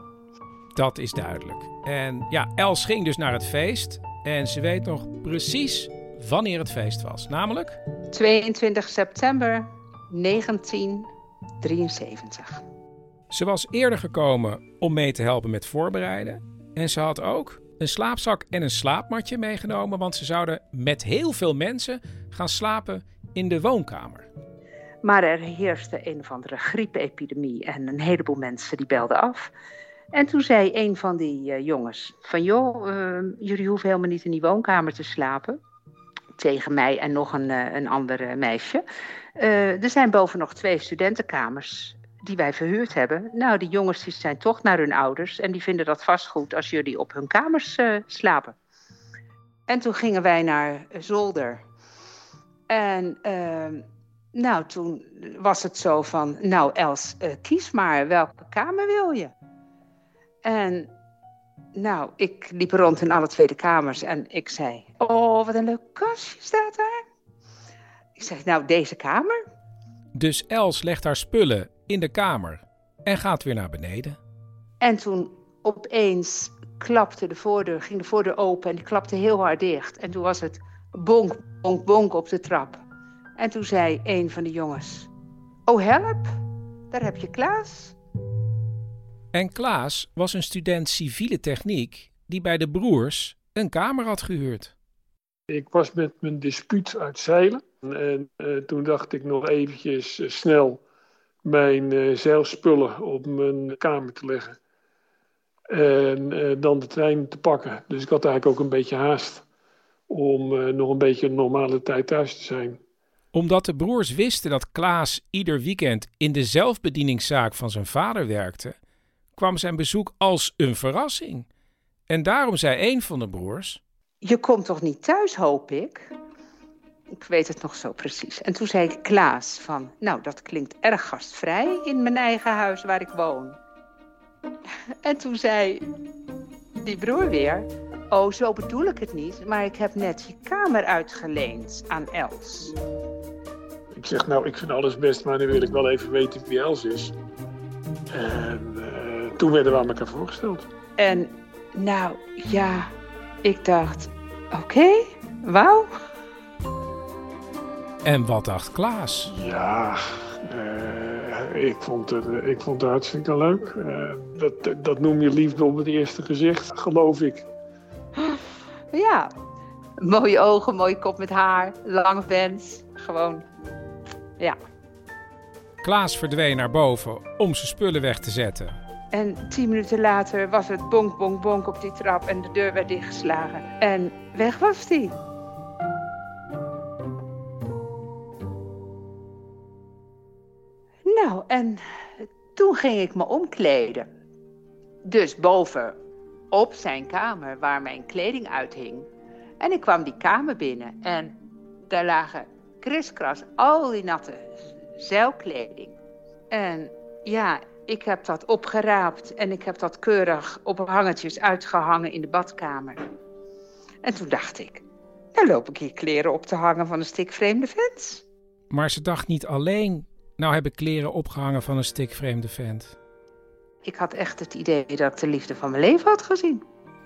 Dat is duidelijk. En ja, Els ging dus naar het feest. En ze weet nog precies wanneer het feest was. Namelijk? tweeëntwintig september negentien drieënzeventig. Ze was eerder gekomen om mee te helpen met voorbereiden. En ze had ook een slaapzak en een slaapmatje meegenomen. Want ze zouden met heel veel mensen gaan slapen in de woonkamer. Maar er heerste een of andere griepepidemie en een heleboel mensen die belden af. En toen zei een van die uh, jongens van joh, uh, jullie hoeven helemaal niet in die woonkamer te slapen. Tegen mij en nog een, uh, een ander uh, meisje. Uh, er zijn boven nog twee studentenkamers die wij verhuurd hebben. Nou, die jongens die zijn toch naar hun ouders en die vinden dat vast goed als jullie op hun kamers uh, slapen. En toen gingen wij naar zolder. En uh, nou, toen was het zo van, nou Els, uh, kies maar, welke kamer wil je? En nou, ik liep rond in alle tweede kamers en ik zei, oh, wat een leuk kastje staat daar. Ik zeg, nou, deze kamer. Dus Els legt haar spullen in de kamer en gaat weer naar beneden. En toen opeens klapte de voordeur, ging de voordeur open en die klapte heel hard dicht. En toen was het bonk, bonk, bonk op de trap. En toen zei een van de jongens, oh help, daar heb je Klaas. En Klaas was een student civiele techniek die bij de broers een kamer had gehuurd. Ik was met mijn dispuut uit zeilen. En uh, toen dacht ik nog eventjes uh, snel mijn uh, zeilspullen op mijn kamer te leggen. En uh, dan de trein te pakken. Dus ik had eigenlijk ook een beetje haast om uh, nog een beetje een normale tijd thuis te zijn. Omdat de broers wisten dat Klaas ieder weekend in de zelfbedieningszaak van zijn vader werkte, kwam zijn bezoek als een verrassing. En daarom zei een van de broers: je komt toch niet thuis, hoop ik? Ik weet het nog zo precies. En toen zei ik Klaas van, nou, dat klinkt erg gastvrij in mijn eigen huis waar ik woon. En toen zei die broer weer, oh, zo bedoel ik het niet, maar ik heb net je kamer uitgeleend aan Els. Ik zeg, nou, ik vind alles best, maar nu wil ik wel even weten wie Els is. En uh, toen werden we aan elkaar voorgesteld. En nou, ja, ik dacht, oké, okay, wauw. En wat dacht Klaas? Ja, uh, ik, vond het, uh, ik vond het hartstikke leuk. Uh, dat, dat noem je liefde op het eerste gezicht, geloof ik. Ja, mooie ogen, mooie kop met haar, lange vent, gewoon, ja. Klaas verdween naar boven om zijn spullen weg te zetten. En tien minuten later was het bonk, bonk, bonk op die trap en de deur werd dichtgeslagen. En weg was die. Nou, en toen ging ik me omkleden. Dus boven op zijn kamer waar mijn kleding uithing. En ik kwam die kamer binnen en daar lagen kriskras al die natte zeilkleding. En ja, ik heb dat opgeraapt en ik heb dat keurig op hangertjes uitgehangen in de badkamer. En toen dacht ik, nou loop ik hier kleren op te hangen van een stikvreemde vent. Maar ze dacht niet alleen, nou heb ik kleren opgehangen van een stikvreemde vent. Ik had echt het idee dat ik de liefde van mijn leven had gezien.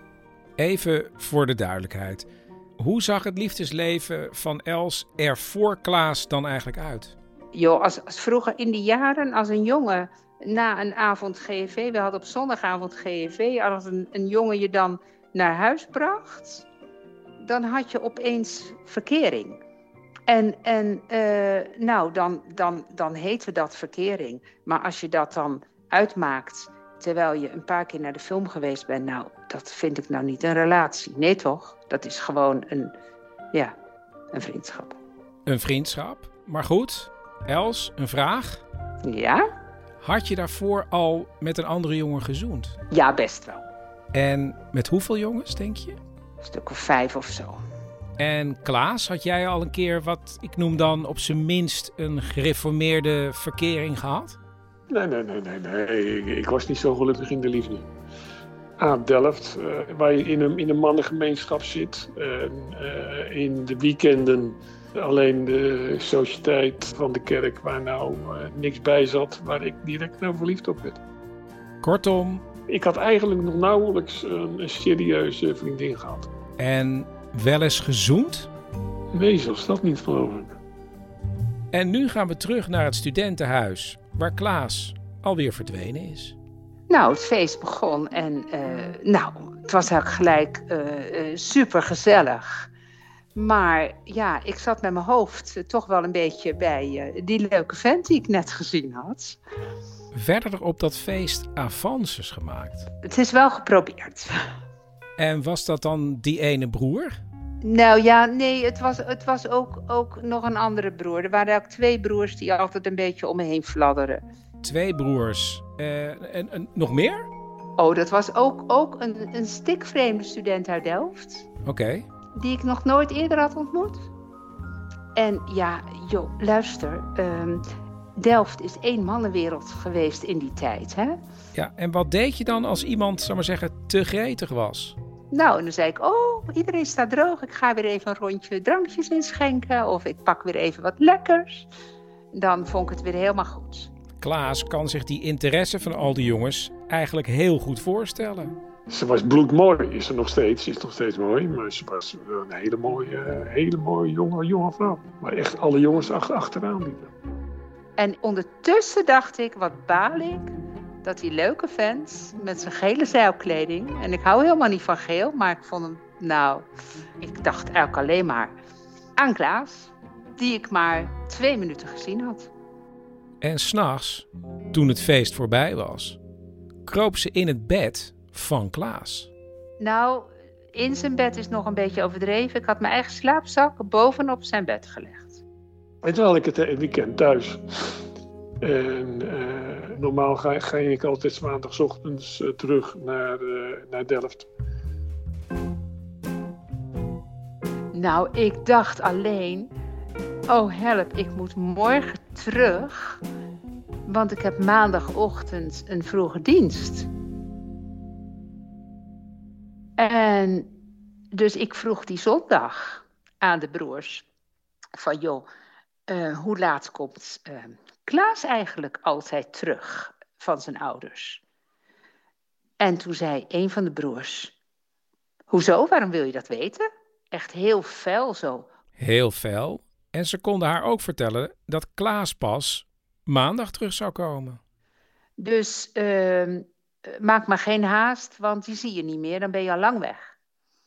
Even voor de duidelijkheid. Hoe zag het liefdesleven van Els er voor Klaas dan eigenlijk uit? Joh, als, als vroeger in die jaren, als een jongen na een avond G F V, we hadden op zondagavond G F V, als een, een jongen je dan naar huis bracht, dan had je opeens verkering. En, en uh, nou, dan, dan, dan heette dat verkering. Maar als je dat dan uitmaakt, terwijl je een paar keer naar de film geweest bent, nou, dat vind ik nou niet een relatie. Nee toch? Dat is gewoon een, ja, een vriendschap. Een vriendschap? Maar goed, Els, een vraag. Ja? Had je daarvoor al met een andere jongen gezoend? Ja, best wel. En met hoeveel jongens, denk je? Een stuk of vijf of zo. En Klaas, had jij al een keer wat ik noem dan op zijn minst een gereformeerde verkering gehad? Nee, nee, nee, nee, nee. Ik, ik was niet zo gelukkig in de liefde. Aan Delft, uh, waar je in een, in een mannengemeenschap zit. Uh, uh, in de weekenden alleen de sociëteit van de kerk waar nou uh, niks bij zat, waar ik direct nou verliefd op werd. Kortom. Ik had eigenlijk nog nauwelijks een, een serieuze vriendin gehad. En wel eens gezoend? Nee, zelfs dat niet, geloof ik. En nu gaan we terug naar het studentenhuis, waar Klaas alweer verdwenen is. Nou, het feest begon en uh, nou, het was eigenlijk gelijk uh, uh, super gezellig. Maar ja, ik zat met mijn hoofd uh, toch wel een beetje bij uh, die leuke vent die ik net gezien had. Verder op dat feest avances gemaakt. Het is wel geprobeerd. En was dat dan die ene broer? Nou ja, nee, het was, het was ook, ook nog een andere broer. Er waren ook twee broers die altijd een beetje om me heen fladderen. Twee broers. Uh, en, en nog meer? Oh, dat was ook, ook een, een stikvreemde student uit Delft. Oké. Okay. Die ik nog nooit eerder had ontmoet. En ja, joh, luister. Um, Delft is één mannenwereld geweest in die tijd, hè? Ja, en wat deed je dan als iemand, zal maar zeggen, te gretig was? Nou, en dan zei ik, oh, iedereen staat droog. Ik ga weer even een rondje drankjes inschenken. Of ik pak weer even wat lekkers. Dan vond ik het weer helemaal goed. Klaas kan zich die interesse van al die jongens eigenlijk heel goed voorstellen. Ze was bloedmooi, is ze nog steeds, is nog steeds mooi. Maar ze was een hele mooie, hele mooie jonge, jonge vrouw. Maar echt alle jongens ach, achteraan liepen. En ondertussen dacht ik, wat baal ik, dat die leuke vent met zijn gele zeilkleding... En ik hou helemaal niet van geel, maar ik vond hem, nou... Ik dacht eigenlijk alleen maar aan Klaas, die ik maar twee minuten gezien had. En 's nachts, toen het feest voorbij was, kroop ze in het bed van Klaas. Nou, in zijn bed is nog een beetje overdreven. Ik had mijn eigen slaapzak bovenop zijn bed gelegd. En toen had ik het weekend thuis. En uh, normaal ga, ga ik altijd maandagochtends uh, terug naar, uh, naar Delft. Nou, ik dacht alleen... Oh help, ik moet morgen terug. Want ik heb maandagochtend een vroege dienst. En dus ik vroeg die zondag aan de broers... Van joh, uh, hoe laat komt uh, Klaas eigenlijk altijd terug van zijn ouders? En toen zei een van de broers... Hoezo, waarom wil je dat weten? Echt heel fel zo. Heel fel. En ze konden haar ook vertellen dat Klaas pas maandag terug zou komen. Dus uh, maak maar geen haast, want die zie je niet meer. Dan ben je al lang weg.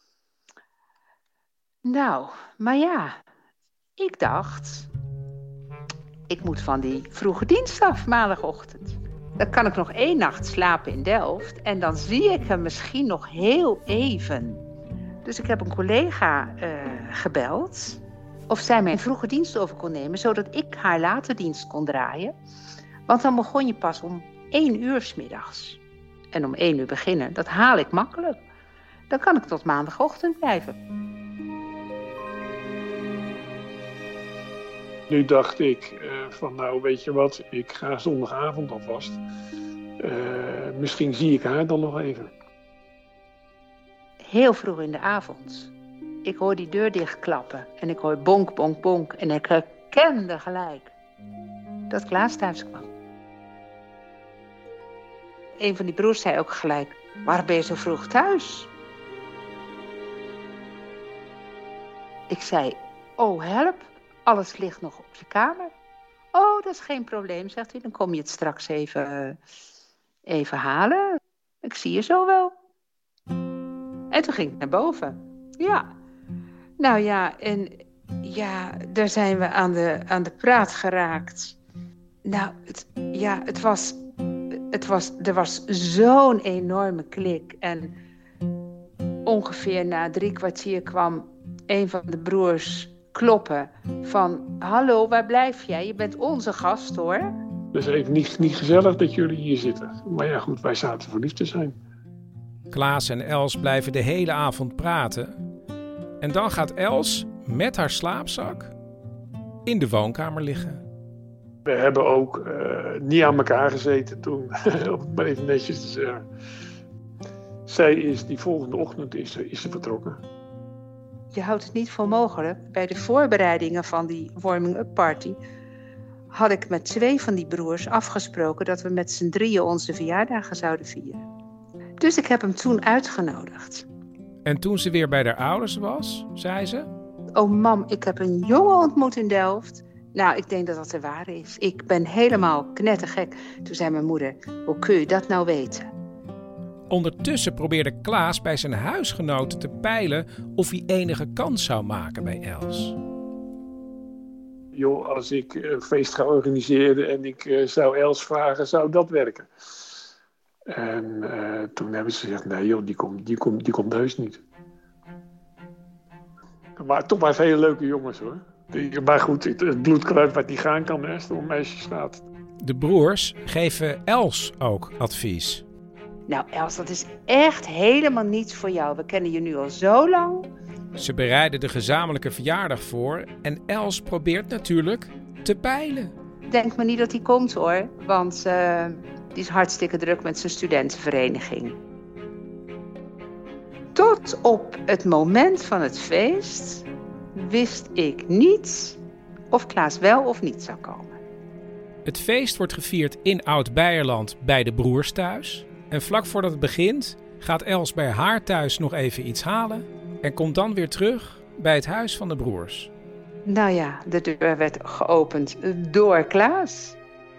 Nou, maar ja... Ik dacht, ik moet van die vroege dienst af maandagochtend. Dan kan ik nog één nacht slapen in Delft en dan zie ik hem misschien nog heel even. Dus ik heb een collega uh, gebeld of zij mijn vroege dienst over kon nemen, zodat ik haar late dienst kon draaien. Want dan begon je pas om één uur 's middags. En om één uur beginnen, dat haal ik makkelijk. Dan kan ik tot maandagochtend blijven. Nu dacht ik uh, van nou weet je wat, ik ga zondagavond alvast. Uh, misschien zie ik haar dan nog even. Heel vroeg in de avond. Ik hoor die deur dichtklappen en ik hoor bonk, bonk, bonk. En ik herkende gelijk dat Klaas thuis kwam. Een van die broers zei ook gelijk, waarom ben je zo vroeg thuis? Ik zei, oh help. Alles ligt nog op je kamer. Oh, dat is geen probleem, zegt hij. Dan kom je het straks even, even halen. Ik zie je zo wel. En toen ging ik naar boven. Ja. Nou ja, en ja, daar zijn we aan de, aan de praat geraakt. Nou, het, ja, het was, het was... Er was zo'n enorme klik. En ongeveer na drie kwartier kwam een van de broers... kloppen van, hallo, waar blijf jij? Je bent onze gast, hoor. Dus even niet, niet gezellig dat jullie hier zitten. Maar ja, goed, wij zaten verliefd te zijn. Klaas en Els blijven de hele avond praten. En dan gaat Els met haar slaapzak in de woonkamer liggen. We hebben ook uh, niet aan elkaar gezeten toen, om het maar even netjes te zeggen. Zij is, die volgende ochtend is, is ze vertrokken. Je houdt het niet voor mogelijk. Bij de voorbereidingen van die warming-up party... had ik met twee van die broers afgesproken... dat we met z'n drieën onze verjaardagen zouden vieren. Dus ik heb hem toen uitgenodigd. En toen ze weer bij haar ouders was, zei ze... Oh mam, ik heb een jongen ontmoet in Delft. Nou, ik denk dat dat de waar is. Ik ben helemaal knettergek. Toen zei mijn moeder, hoe kun je dat nou weten? Ondertussen probeerde Klaas bij zijn huisgenoten te peilen of hij enige kans zou maken bij Els. Joh, als ik een feest ga organiseren en ik uh, zou Els vragen, zou dat werken? En uh, toen hebben ze gezegd, nee joh, die komt, die komt, die komt heus niet. Maar toch maar hele leuke jongens hoor. Maar goed, het bloed kruipt waar die gaan kan, hè, als het om meisjes gaat. De broers geven Els ook advies. Nou Els, dat is echt helemaal niets voor jou. We kennen je nu al zo lang. Ze bereiden de gezamenlijke verjaardag voor en Els probeert natuurlijk te peilen. Denk maar niet dat hij komt hoor, want uh, die is hartstikke druk met zijn studentenvereniging. Tot op het moment van het feest wist ik niet of Klaas wel of niet zou komen. Het feest wordt gevierd in Oud-Beierland bij de broers thuis. En vlak voordat het begint gaat Els bij haar thuis nog even iets halen en komt dan weer terug bij het huis van de broers. Nou ja, de deur werd geopend door Klaas.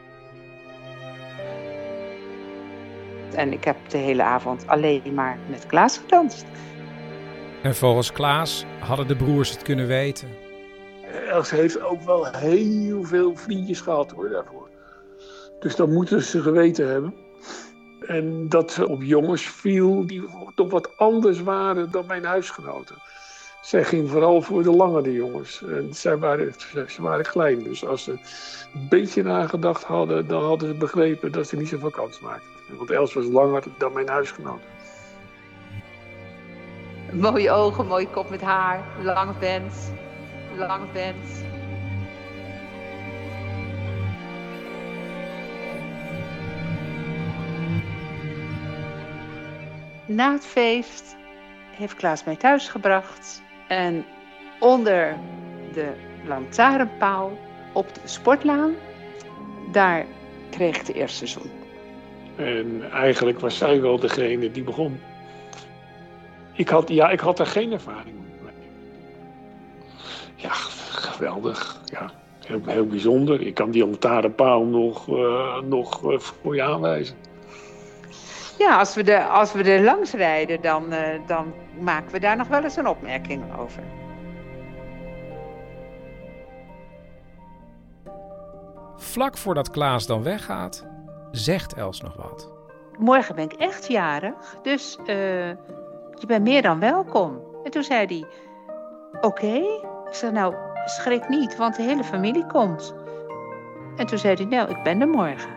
En ik heb de hele avond alleen maar met Klaas gedanst. En volgens Klaas hadden de broers het kunnen weten. Els heeft ook wel heel veel vriendjes gehad hoor, daarvoor. Dus dat moeten ze geweten hebben. En dat ze op jongens viel die toch wat anders waren dan mijn huisgenoten. Zij ging vooral voor de langere jongens. En zij waren, ze waren klein, dus als ze een beetje nagedacht hadden, dan hadden ze begrepen dat ze niet zoveel kans maakten. Want Els was langer dan mijn huisgenoten. Mooie ogen, mooie kop met haar, lange vent, lange vent. Na het feest heeft Klaas mij thuis gebracht en onder de lantaarnpaal op de sportlaan, daar kreeg ik de eerste zoen. En eigenlijk was zij wel degene die begon. Ik had, ja, ik had daar geen ervaring mee. Ja, geweldig. Ja, heel, heel bijzonder. Ik kan die lantaarnpaal nog, uh, nog uh, voor je aanwijzen. Ja, als we, de, als we er langs rijden, dan, uh, dan maken we daar nog wel eens een opmerking over. Vlak voordat Klaas dan weggaat, zegt Els nog wat. Morgen ben ik echt jarig, dus uh, je bent meer dan welkom. En toen zei hij, oké. Okay. Ik zei, nou, schrik niet, want de hele familie komt. En toen zei hij, nou, ik ben er morgen.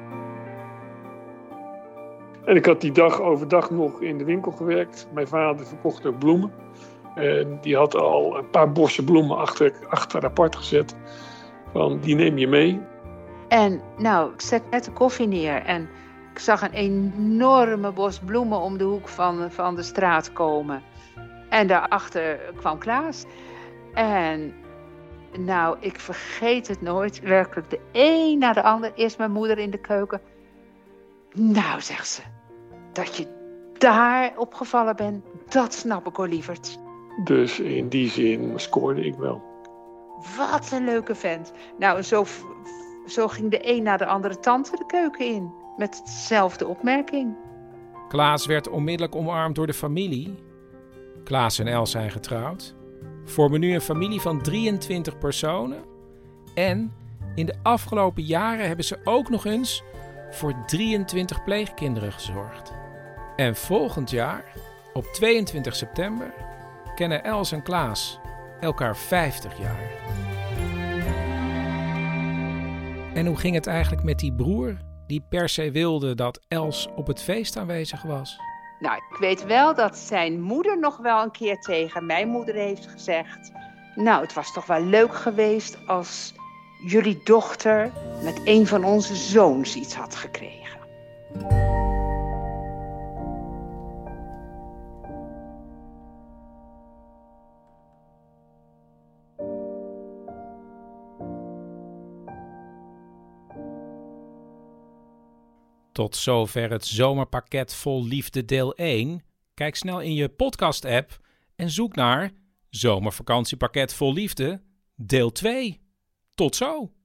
En ik had die dag overdag nog in de winkel gewerkt. Mijn vader verkocht ook bloemen. En die had al een paar bossen bloemen achter, achter apart gezet. Van, die neem je mee. En nou, ik zet net de koffie neer en ik zag een enorme bos bloemen om de hoek van, van de straat komen. En daarachter kwam Klaas. En nou, ik vergeet het nooit. Werkelijk de een na de ander. Eerst mijn moeder in de keuken. Nou, zegt ze, dat je daar opgevallen bent, dat snap ik, Olievert. Dus in die zin scoorde ik wel. Wat een leuke vent. Nou, zo, zo ging de een na de andere tante de keuken in. Met dezelfde opmerking. Klaas werd onmiddellijk omarmd door de familie. Klaas en Els zijn getrouwd. Vormen nu een familie van drieëntwintig personen. En in de afgelopen jaren hebben ze ook nog eens voor drieëntwintig pleegkinderen gezorgd. En volgend jaar, op tweeëntwintig september, kennen Els en Klaas elkaar vijftig jaar. En hoe ging het eigenlijk met die broer die per se wilde dat Els op het feest aanwezig was? Nou, ik weet wel dat zijn moeder nog wel een keer tegen mijn moeder heeft gezegd, nou, het was toch wel leuk geweest als jullie dochter met een van onze zoons iets had gekregen. Tot zover het zomerpakket vol liefde deel één. Kijk snel in je podcast-app en zoek naar Zomervakantiepakket vol liefde deel twee. Tot zo!